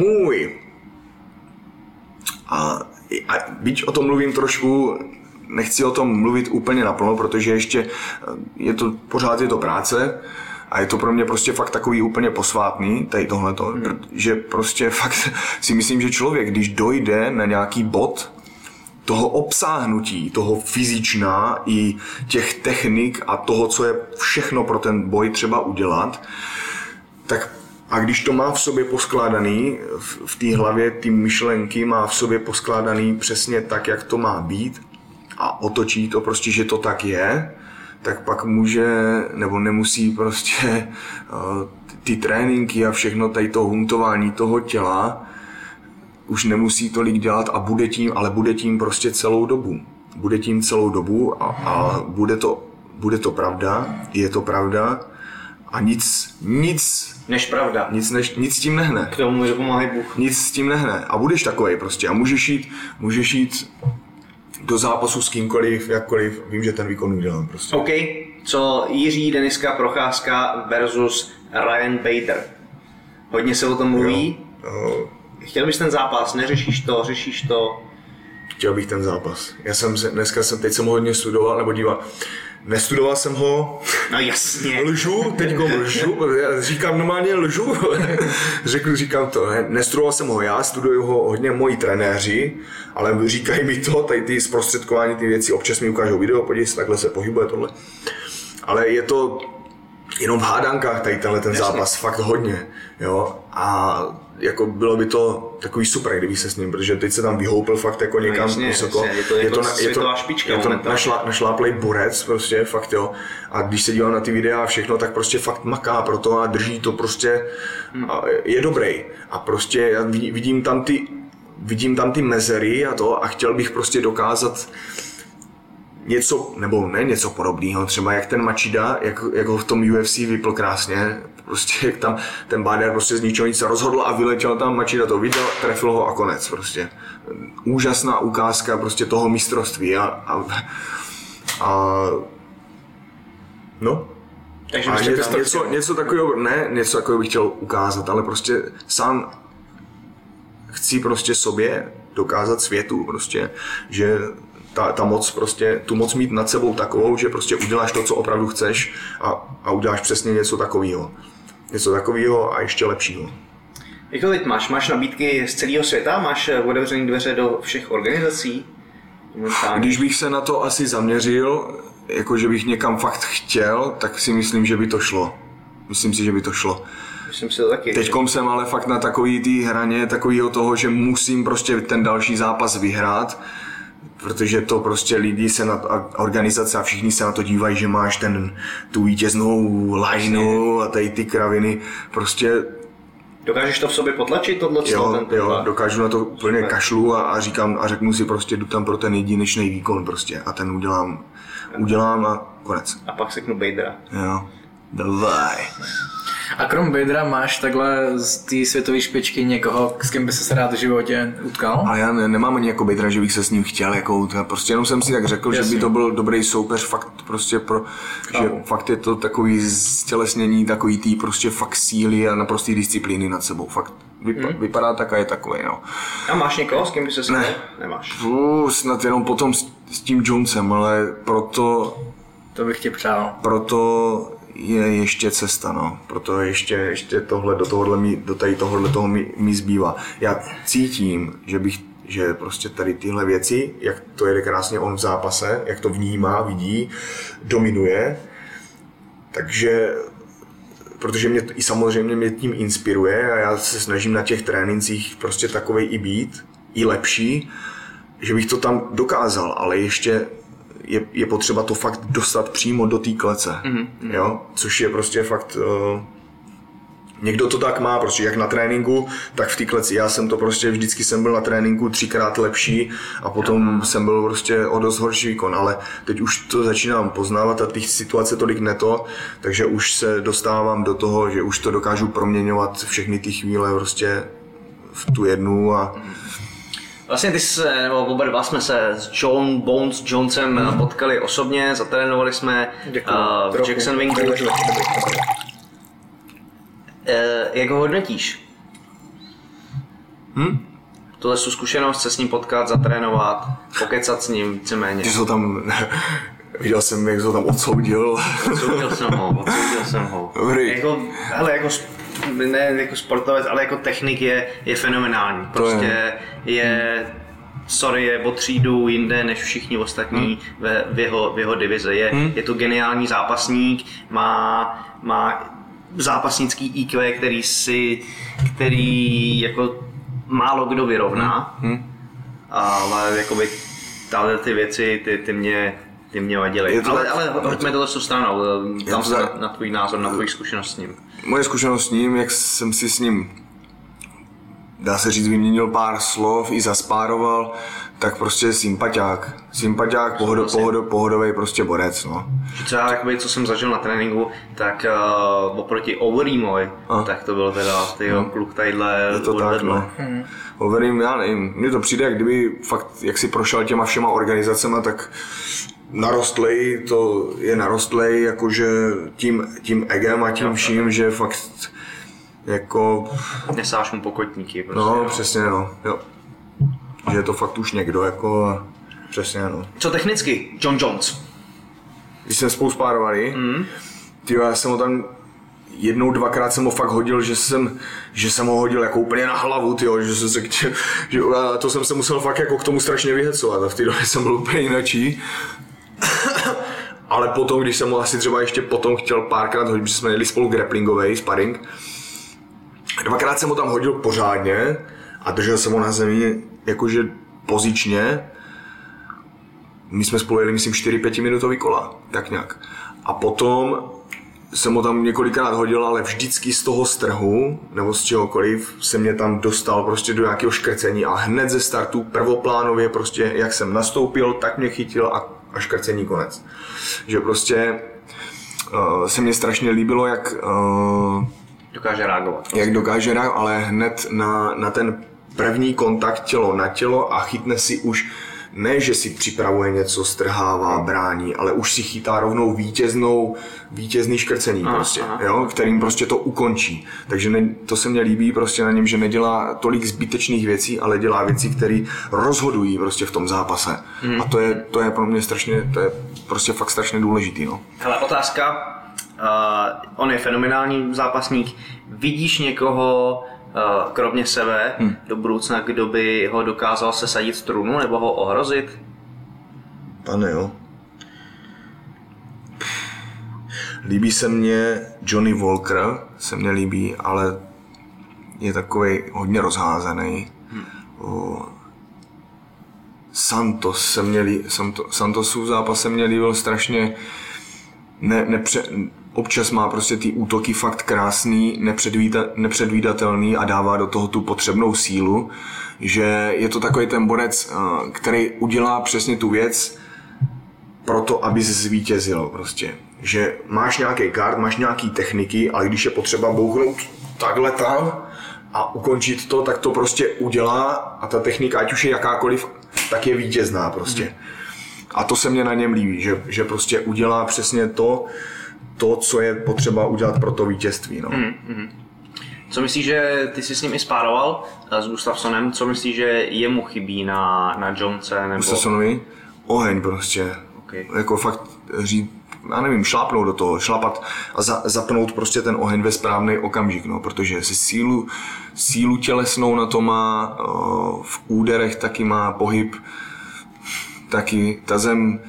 byť o tom mluvím trošku, nechci o tom mluvit úplně naplno, protože ještě pořád je to práce a je to pro mě prostě fakt takový úplně posvátný, tady tohleto, že prostě fakt si myslím, že člověk, když dojde na nějaký bod toho obsáhnutí, toho fyzična i těch technik a toho, co je všechno pro ten boj třeba udělat, tak a když to má v sobě poskládaný, v té hlavě ty myšlenky má v sobě poskládaný přesně tak, jak to má být a otočí to prostě, že to tak je, tak pak může nebo nemusí prostě ty tréninky a všechno tady to huntování toho těla už nemusí tolik dělat a bude tím prostě celou dobu. Bude tím celou dobu a bude to pravda, je to pravda a nic než pravda. Nic s tím nehne. K tomu mi pomáhá Bůh. Nic s tím nehne a budeš takovej prostě a můžeš jít do zápasu s kýmkoliv, jakkoliv, vím, že ten výkon udělám prostě. OK, co Jiří Deniska Procházka versus Ryan Bader. Hodně se o tom mluví. Jo. Chtěl bys ten zápas, neřešíš to, řešíš to? Chtěl bych ten zápas. Teď jsem ho hodně studoval, nebo díval. Nestudoval jsem ho. No jasně. Lžu, já říkám normálně lžu. Říkám to, nestudoval jsem ho já, studuju ho hodně moji trenéři, ale říkají mi to, tady ty zprostředkování, ty věci, občas mi ukážou video, podívej se, takhle se pohybuje tohle. Ale je to jenom v hádankách tady ten zápas, fakt hodně, jo. A jako bylo by to takový super, kdyby se s ním, protože teď se tam vyhoupil fakt jako někam vysoko. Je to světová špička. Je to našláplej borec, prostě fakt jo. A když se dívám na ty videa a všechno, tak prostě fakt maká pro to a drží to prostě, a je dobrý. A prostě já vidím tam ty mezery a to a chtěl bych prostě dokázat něco, nebo ne něco podobného, třeba jak ten Machida, jak ho v tom UFC vypl krásně, prostě jak tam ten Bader prostě z ničeho nic se rozhodl a vyletěl tam, Machida to viděl, trefil ho a konec prostě. Úžasná ukázka prostě toho mistrovství a no. Takže a něco takového bych chtěl ukázat, ale prostě sám chci prostě sobě dokázat světu prostě, že ta moc prostě, tu moc mít nad sebou takovou, že prostě uděláš to, co opravdu chceš a uděláš přesně něco takového. Něco takového a ještě lepšího. Jak to teď máš? Máš nabídky z celého světa? Máš otevřené dveře do všech organizací? Když bych se na to asi zaměřil, jako že bych někam fakt chtěl, tak si myslím, že by to šlo. Myslím si, že by to šlo. Myslím si to taky. Teďkom jsem ale fakt na takový té hraně, takového toho, že musím prostě ten další zápas vyhrát, protože to prostě lidi se na organizace a všichni se na to dívají, že máš tu vítěznou lineu a tady ty kraviny, prostě. Dokážeš to v sobě potlačit tohle? Jo, dokážu na to úplně kašlu a říkám a řeknu si prostě jdu tam pro ten jedinečný výkon prostě a ten udělám a konec. A pak seknu Badera. Jo, davaj. A krom Badera máš takhle z té světové špičky někoho, s kým by se rád v životě utkal? A já nemám ani jako Badera, že bych se s ním chtěl jako utkat. Prostě jenom jsem si tak řekl, že by to byl dobrý soupeř fakt prostě že fakt je to takový stělesnění takový tý prostě fakt síly a naprostý disciplíny nad sebou. Fakt vypadá tak a je takový, no. A máš někoho, s kým by se chtěl? Nemáš. Snad jenom potom s tím Jonesem, ale proto... To bych ti přál. Proto je ještě cesta, no. Proto ještě tohle, do tady tohohle toho mi zbývá. Já cítím, že prostě tady tyhle věci, jak to jede krásně on v zápase, jak to vnímá, vidí, dominuje, takže protože mě i samozřejmě mě tím inspiruje a já se snažím na těch trénincích prostě takovej i být, i lepší, že bych to tam dokázal, ale ještě je potřeba to fakt dostat přímo do té klece, jo? Což je prostě fakt, někdo to tak má, prostě jak na tréninku, tak v té kleci. Já jsem to prostě, vždycky jsem byl na tréninku 3x lepší a potom jsem byl prostě o dost horší výkon, ale teď už to začínám poznávat a těch situace tolik neto, takže už se dostávám do toho, že už to dokážu proměňovat všechny ty chvíle prostě v tu jednu a... Vlastně ty se, nebo oba dva jsme se s John Bones Jonesem potkali osobně, zatrénovali jsme v Jackson Winku. Jak ho hodnotíš? Tohle jsou zkušenost se s ním potkat, zatrénovat, pokecat s ním víceméně. Ty jsi tam, viděl jsem, jak jsi ho tam odsoudil. Odsoudil jsem ho. Dobrý. Ne jako sportovec, ale jako technik je fenomenální. Prostě je o třídu jinde než všichni ostatní v jeho divizi. Je to geniální zápasník, má zápasnický IQ, který jako málo kdo vyrovná, ale jakoby tahle ty věci ty mě vadily. Ale hoďme tohle stranou, tam se na tvůj názor, na tvůj zkušenost s ním. Moje zkušenost s ním, jak jsem si s ním, dá se říct, vyměnil pár slov i zaspároval, tak prostě sympatiák, pohodový prostě borec, no. Třeba jakoby, co jsem zažil na tréninku, tak oproti Overeemovi, tak to byl teda kluk tadyhle. Je to tak, no. Overeem, já nevím, mně to přijde, jak kdyby fakt, jak si prošel těma všema organizacema, tak narostlej jakože tím egem a tím vším, že fakt jako... Nesáš mu pokotníky. Prostě, no, přesně, no, jo. Že je to fakt už někdo, jako, přesně, no. Co technicky? John Jones. Když jsme spolu spárovali, já jsem ho tam jednou, dvakrát jsem ho fakt hodil, že jsem ho hodil jako úplně na hlavu, že jsem se, a to jsem se musel fakt jako k tomu strašně vyhecovat a v té době jsem byl úplně jinačí. Ale potom, když jsem ho asi třeba ještě potom chtěl párkrát hodit, protože jsme jeli spolu grapplingovej, sparring, dvakrát jsem ho tam hodil pořádně a držel jsem ho na zemi jakože pozičně. My jsme spolu jeli, myslím, 4-5 minutový kola, tak nějak. A potom jsem ho tam několikrát hodil, ale vždycky z toho strhu, nebo z čehokoliv, se mě tam dostal prostě do nějakého škrcení a hned ze startu prvoplánově prostě, jak jsem nastoupil, tak mě chytil a škrcení konec. Že prostě se mně strašně líbilo, jak dokáže reagovat. Jak dokáže reagovat, ale hned na ten první kontakt tělo na tělo a chytne si už, ne že si připravuje něco, strhává, brání, ale už si chytá rovnou vítězný škrcení prostě, jo, kterým prostě to ukončí. Takže to se mně líbí prostě na něm, že nedělá tolik zbytečných věcí, ale dělá věci, které rozhodují prostě v tom zápase. A to je pro mě strašně, to je prostě fakt strašně důležitý, no. Hele, otázka, on je fenomenální zápasník, vidíš někoho, kromě sebe, do budoucna, kdo by ho dokázal sesadit strunu nebo ho ohrozit? Pane jo. Líbí se mně Johnny Walker, se mně líbí, ale je takovej hodně rozházený. Santosův zápas se mně líbil strašně. Občas má prostě ty útoky fakt krásný, nepředvídatelný a dává do toho tu potřebnou sílu, že je to takový ten borec, který udělá přesně tu věc proto, aby zvítězil prostě. Že máš nějaký guard, máš nějaký techniky, ale když je potřeba bouchnout takhle tam a ukončit to, tak to prostě udělá a ta technika, ať už je jakákoliv, tak je vítězná prostě. A to se mně na něm líbí, že prostě udělá přesně to, co je potřeba udělat pro to vítězství. No. Co myslíš, že ty jsi s ním i spároval s Gustafsonem, co myslíš, že jemu chybí na Jonese? Nebo... Gustafsonovi? Oheň prostě. Okay. Jako fakt já nevím, šlápnout do toho, šlapat a zapnout prostě ten oheň ve správný okamžik, no, protože si sílu tělesnou na to má, v úderech taky má pohyb, taky ta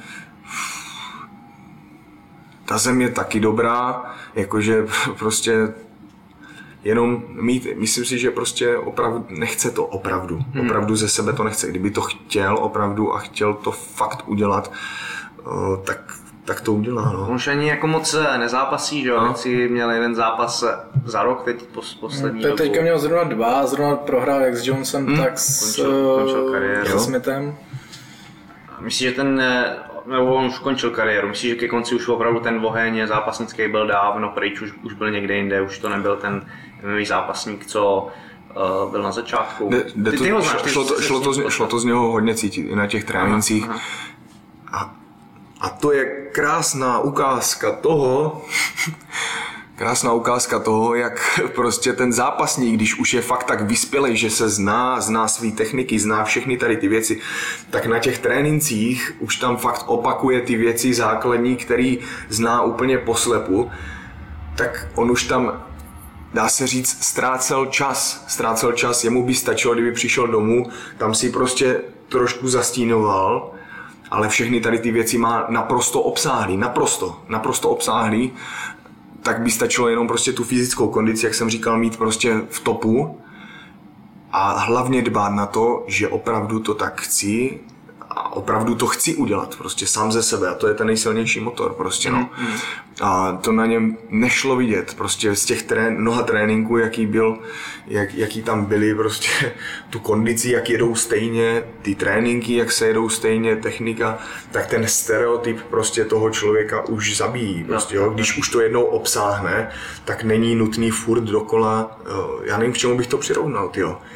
zem je taky dobrá, jakože prostě jenom mít, myslím si, že prostě opravdu nechce to opravdu ze sebe to nechce. Kdyby to chtěl opravdu a chtěl to fakt udělat, tak to udělá. No. On už ani jako moc nezápasí, že jo? No. Si měl jeden zápas za rok, teď poslední dobu. Teďka měl zrovna prohrál jak s Jonesem, tak končil kariéru. Se Smithem. Myslíš, že nebo on už končil kariéru, myslíš, že ke konci už opravdu ten oheň zápasnický byl dávno pryč, už byl někde jinde, už to nebyl ten zápasník, co byl na začátku. Ty ho znáš, šlo to z něho hodně cítit i na těch trénincích. A to je krásná ukázka toho, jak prostě ten zápasník, když už je fakt tak vyspělej, že se zná svý techniky, zná všechny tady ty věci, tak na těch trénincích už tam fakt opakuje ty věci základní, který zná úplně poslepu, tak on už tam, dá se říct, ztrácel čas, jemu by stačilo, kdyby přišel domů, tam si prostě trošku zastínoval, ale všechny tady ty věci má naprosto obsáhlý, tak by stačilo jenom prostě tu fyzickou kondici, jak jsem říkal, mít prostě v topu a hlavně dbát na to, že opravdu to tak chci a opravdu to chci udělat prostě sám ze sebe a to je ten nejsilnější motor prostě no. A to na něm nešlo vidět prostě z těch mnoha tréninků, jaký tam byly prostě tu kondici, jak jedou stejně, ty tréninky, jak se jedou stejně, technika, tak ten stereotyp prostě toho člověka už zabíjí prostě jo. Když už to jednou obsáhne, tak není nutný furt dokola, já nevím, k čemu bych to přirovnal,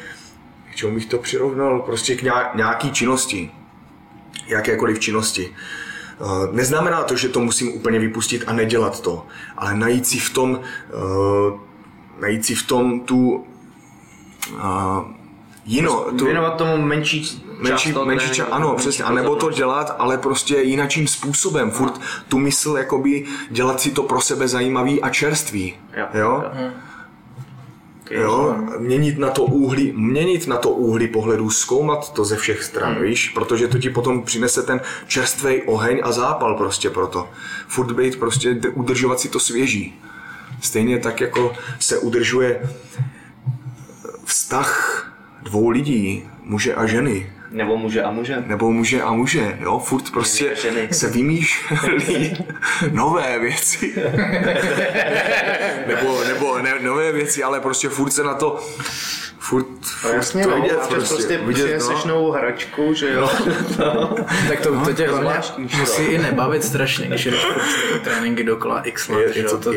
prostě k nějaký činnosti. Jakékoliv činnosti. Neznamená to, že to musím úplně vypustit a nedělat to, ale najít si v tom tu věnovat tomu menší čas. Ano, přesně, a nebo to dělat, ale prostě jinakým způsobem, furt tu mysl jakoby dělat si to pro sebe zajímavý a čerstvý. Jo? Jo, měnit na to úhly pohledu, zkoumat to ze všech stran, víš, protože to ti potom přinese ten čerstvej oheň a zápal prostě proto. Furt být prostě, udržovat si to svěží. Stejně tak, jako se udržuje vztah dvou lidí, muže a ženy. Nebo muže a muže, jo, furt prostě se vymýšlí nové věci. nebo nové věci, ale prostě furt se na to jasně, to vidět, prostě přineseš novou hračku, že jo. Tak to tě hlavně musí i nebavit strašně, když jdeš tréninky dokola x let. Je to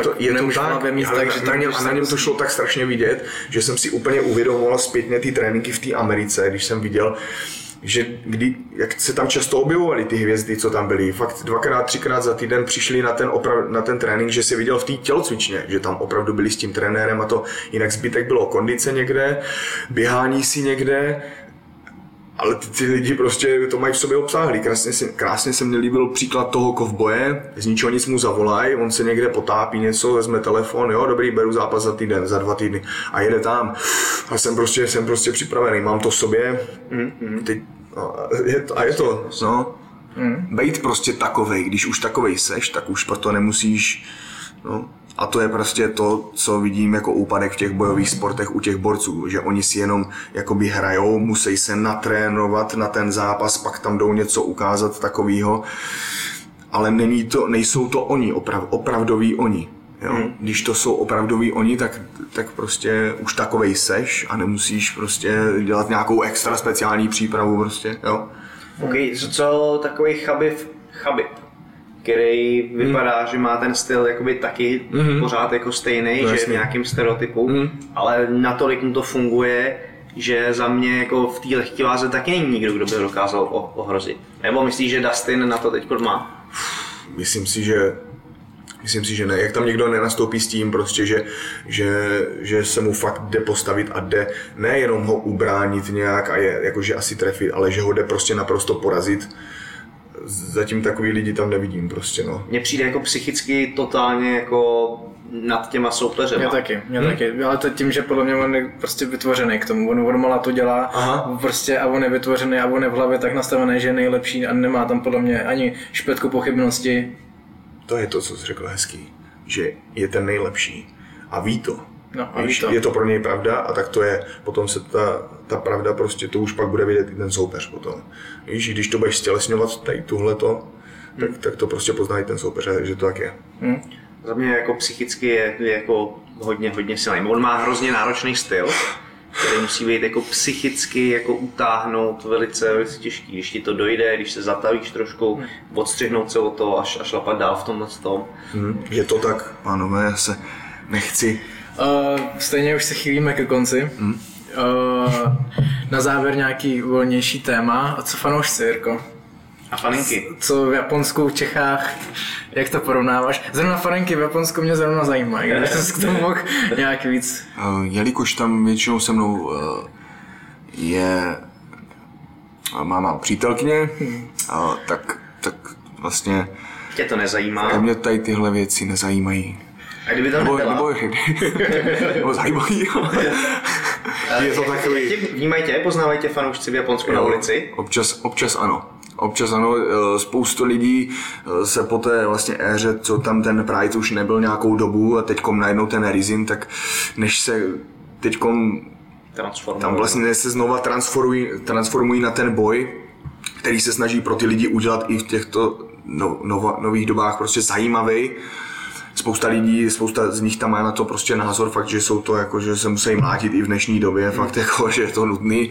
tak, a na něm to šlo tak strašně vidět, že jsem si úplně uvědomoval zpětně ty tréninky v té Americe, když jsem viděl, že jak se tam často objevovaly ty hvězdy, co tam byly, fakt 2x, 3x za týden přišli na ten trénink, že si viděl v té tělocvičně, že tam opravdu byli s tím trenérem a to, jinak zbytek bylo kondice někde, běhání si někde, ale ty lidi prostě to mají v sobě obsáhlý. Krásně se mně líbil příklad toho kovboje, z ničeho nic mu zavolají, on se někde potápí něco, vezme telefon, jo, dobrý, beru zápas za týden, za 2 týdny a jede tam a jsem prostě připravený, mám to v sobě, teď, je to, no. Bejt prostě takovej, když už takovej seš, tak už proto nemusíš, no. A to je prostě to, co vidím jako úpadek v těch bojových sportech u těch borců, že oni si jenom jakoby hrajou, musí se natrénovat na ten zápas, pak tam jdou něco ukázat takového, ale nejsou to oni, opravdoví oni. Jo? Když to jsou opravdoví oni, tak prostě už takovej seš a nemusíš prostě dělat nějakou extra speciální přípravu prostě, jo. OK, co takový Chabib, který vypadá, že má ten styl jakoby taky pořád jako stejný, že je v nějakým stereotypu, ale natolik mu to funguje, že za mě jako v té lehké váze taky není nikdo, kdo by ho dokázal ohrozit. Nebo myslíš, že Dustin na to teď má? Myslím si, že ne. Jak tam někdo nenastoupí s tím prostě, že se mu fakt jde postavit a jde nejenom ho ubránit nějak a jakože asi trefit, ale že ho jde prostě naprosto porazit. Zatím takový lidi tam nevidím prostě, no. Mně přijde jako psychicky totálně jako nad těma soupeřema. Mě taky, ale to tím, že podle mě on je prostě vytvořený k tomu, on malá to dělá prostě a on je vytvořený a on je v hlavě tak nastavený, že je nejlepší a nemá tam podle mě ani špetku pochybnosti. To je to, co jsi řekl hezký, že je ten nejlepší a ví to. No, je to pro něj pravda a tak to je, potom se ta pravda prostě, to už pak bude vidět i ten soupeř potom. Víš, když to budeš stělesňovat tady tuhleto, tak to prostě pozná i ten soupeř, že to tak je. Za mě jako psychicky je jako hodně silný. On má hrozně náročný styl, který musí být jako psychicky jako utáhnout velice těžký. Když ti to dojde, když se zatavíš trošku, odstřihnout se o to a šlapat dál v tomhle tom. Je to tak, pánové, já se nechci Stejně už se chýlíme ke konci. Na závěr nějaký volnější téma. A co fanoušci, Jirko? A faninky. Co v Japonsku, v Čechách, jak to porovnáváš? Zrovna faninky v Japonsku mě zrovna zajímají, kdyby jsi k tomu mohl nějak víc. Jelikož tam většinou se mnou je máma přítelkyně, tak vlastně Tě to nezajímá? Mě tady tyhle věci nezajímají. A kdyby tam nebyla? Nebo zajímají. Je to takový... Vnímají tě, poznávají tě fanoušci v Japonsku na ulici? Občas ano. Občas ano, spoustu lidí se po té vlastně éře, co tam ten Pride už nebyl nějakou dobu a teďkom najednou ten Rizin, tak než se teďkom tam vlastně se znova transformují na ten boj, který se snaží pro ty lidi udělat i v těchto nových dobách prostě zajímavý. Spousta z nich tam má na to prostě názor fakt, že jsou to jako, že se musí mlátit i v dnešní době, fakt jako, že je to nutný.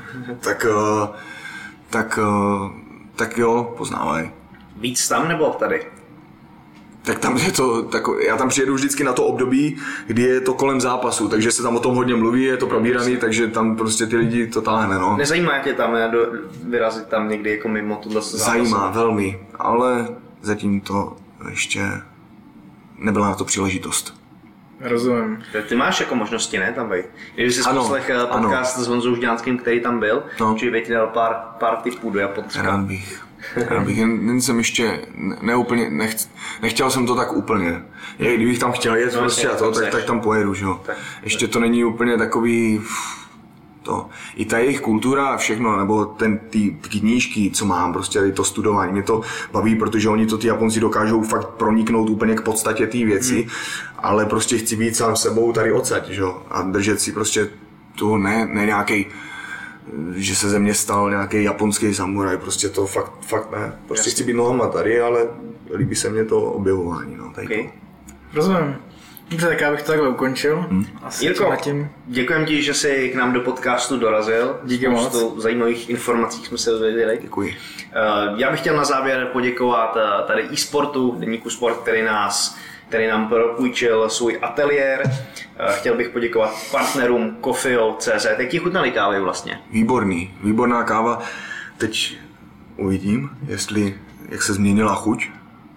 Tak jo, poznávají. Víc tam nebo tady? Tak tam je to, já tam přijedu vždycky na to období, kdy je to kolem zápasu, takže se tam o tom hodně mluví, je to probíraný, takže tam prostě ty lidi to táhne, no. Nezajímá tě tam vyrazit tam někdy jako mimo tuhle zápasu? Zajímá, velmi, ale zatím to ještě nebyla na to příležitost. Rozumím. Ty máš jako možnosti, ne, tam být? Když jsi poslech podcast s Honzou Žďánským, který tam byl, či bych ti dal pár tipů do Japonska. Rád bych, jen jsem ještě neúplně, nechtěl jsem to tak úplně. Kdybych tam chtěl jet prostě a to, tak tam pojedu, že jo. Ještě to není úplně takový, to. I ta jejich kultura a všechno, nebo ty knížky, co mám, prostě to studování, mě to baví, protože oni to ty Japonci dokážou fakt proniknout úplně k podstatě té věci, ale prostě chci být sám sebou tady odsaď, že jo, a držet si prostě tu ne nějaký, že se ze mě stal nějaký japonský samuraj, prostě to fakt ne, prostě chci být nohama tady, ale líbí se mně to objevování, no, tady okay. Rozumím. Dobře, tak já bych to takhle ukončil. Jirko, děkujem ti, že jsi k nám do podcastu dorazil. Díky moc. Spoustu zajímavých informací jsme se dozvěděli. Děkuji. Já bych chtěl na závěr poděkovat tady eSportu, deníku Sport, který nám propůjčil svůj ateliér. Chtěl bych poděkovat partnerům Coffeo.cz. Jak ti chutnaly kávy vlastně? Výborná káva. Teď uvidím, jak se změnila chuť.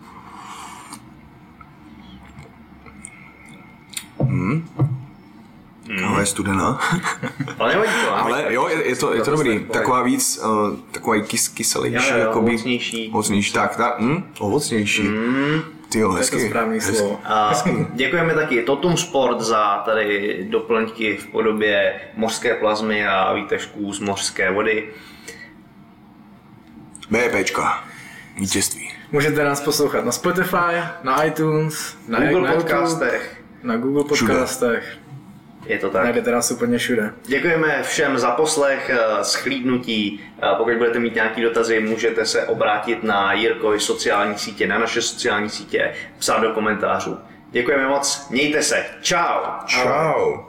Káva je studená. Ale nevadí to. Ale jo, je to dobrý. Taková víc, taková kyselější, jakoby. Ovocnější. Tak, ovocnější. Tyjo, hezky. To je to správný slovo. Děkujeme taky Totum Sport za tady doplňky v podobě mořské plazmy a výtažků z mořské vody. BPčka. Vítězství. Můžete nás poslouchat na Spotify, na iTunes, na Google podcastech. Na Google podcastech. Je to tak. Najdete nás úplně všude. Děkujeme všem za poslech, shlídnutí. Pokud budete mít nějaké dotazy, můžete se obrátit na Jirkovy sociální sítě, na naše sociální sítě, psát do komentářů. Děkujeme moc, mějte se. Čau. Čau.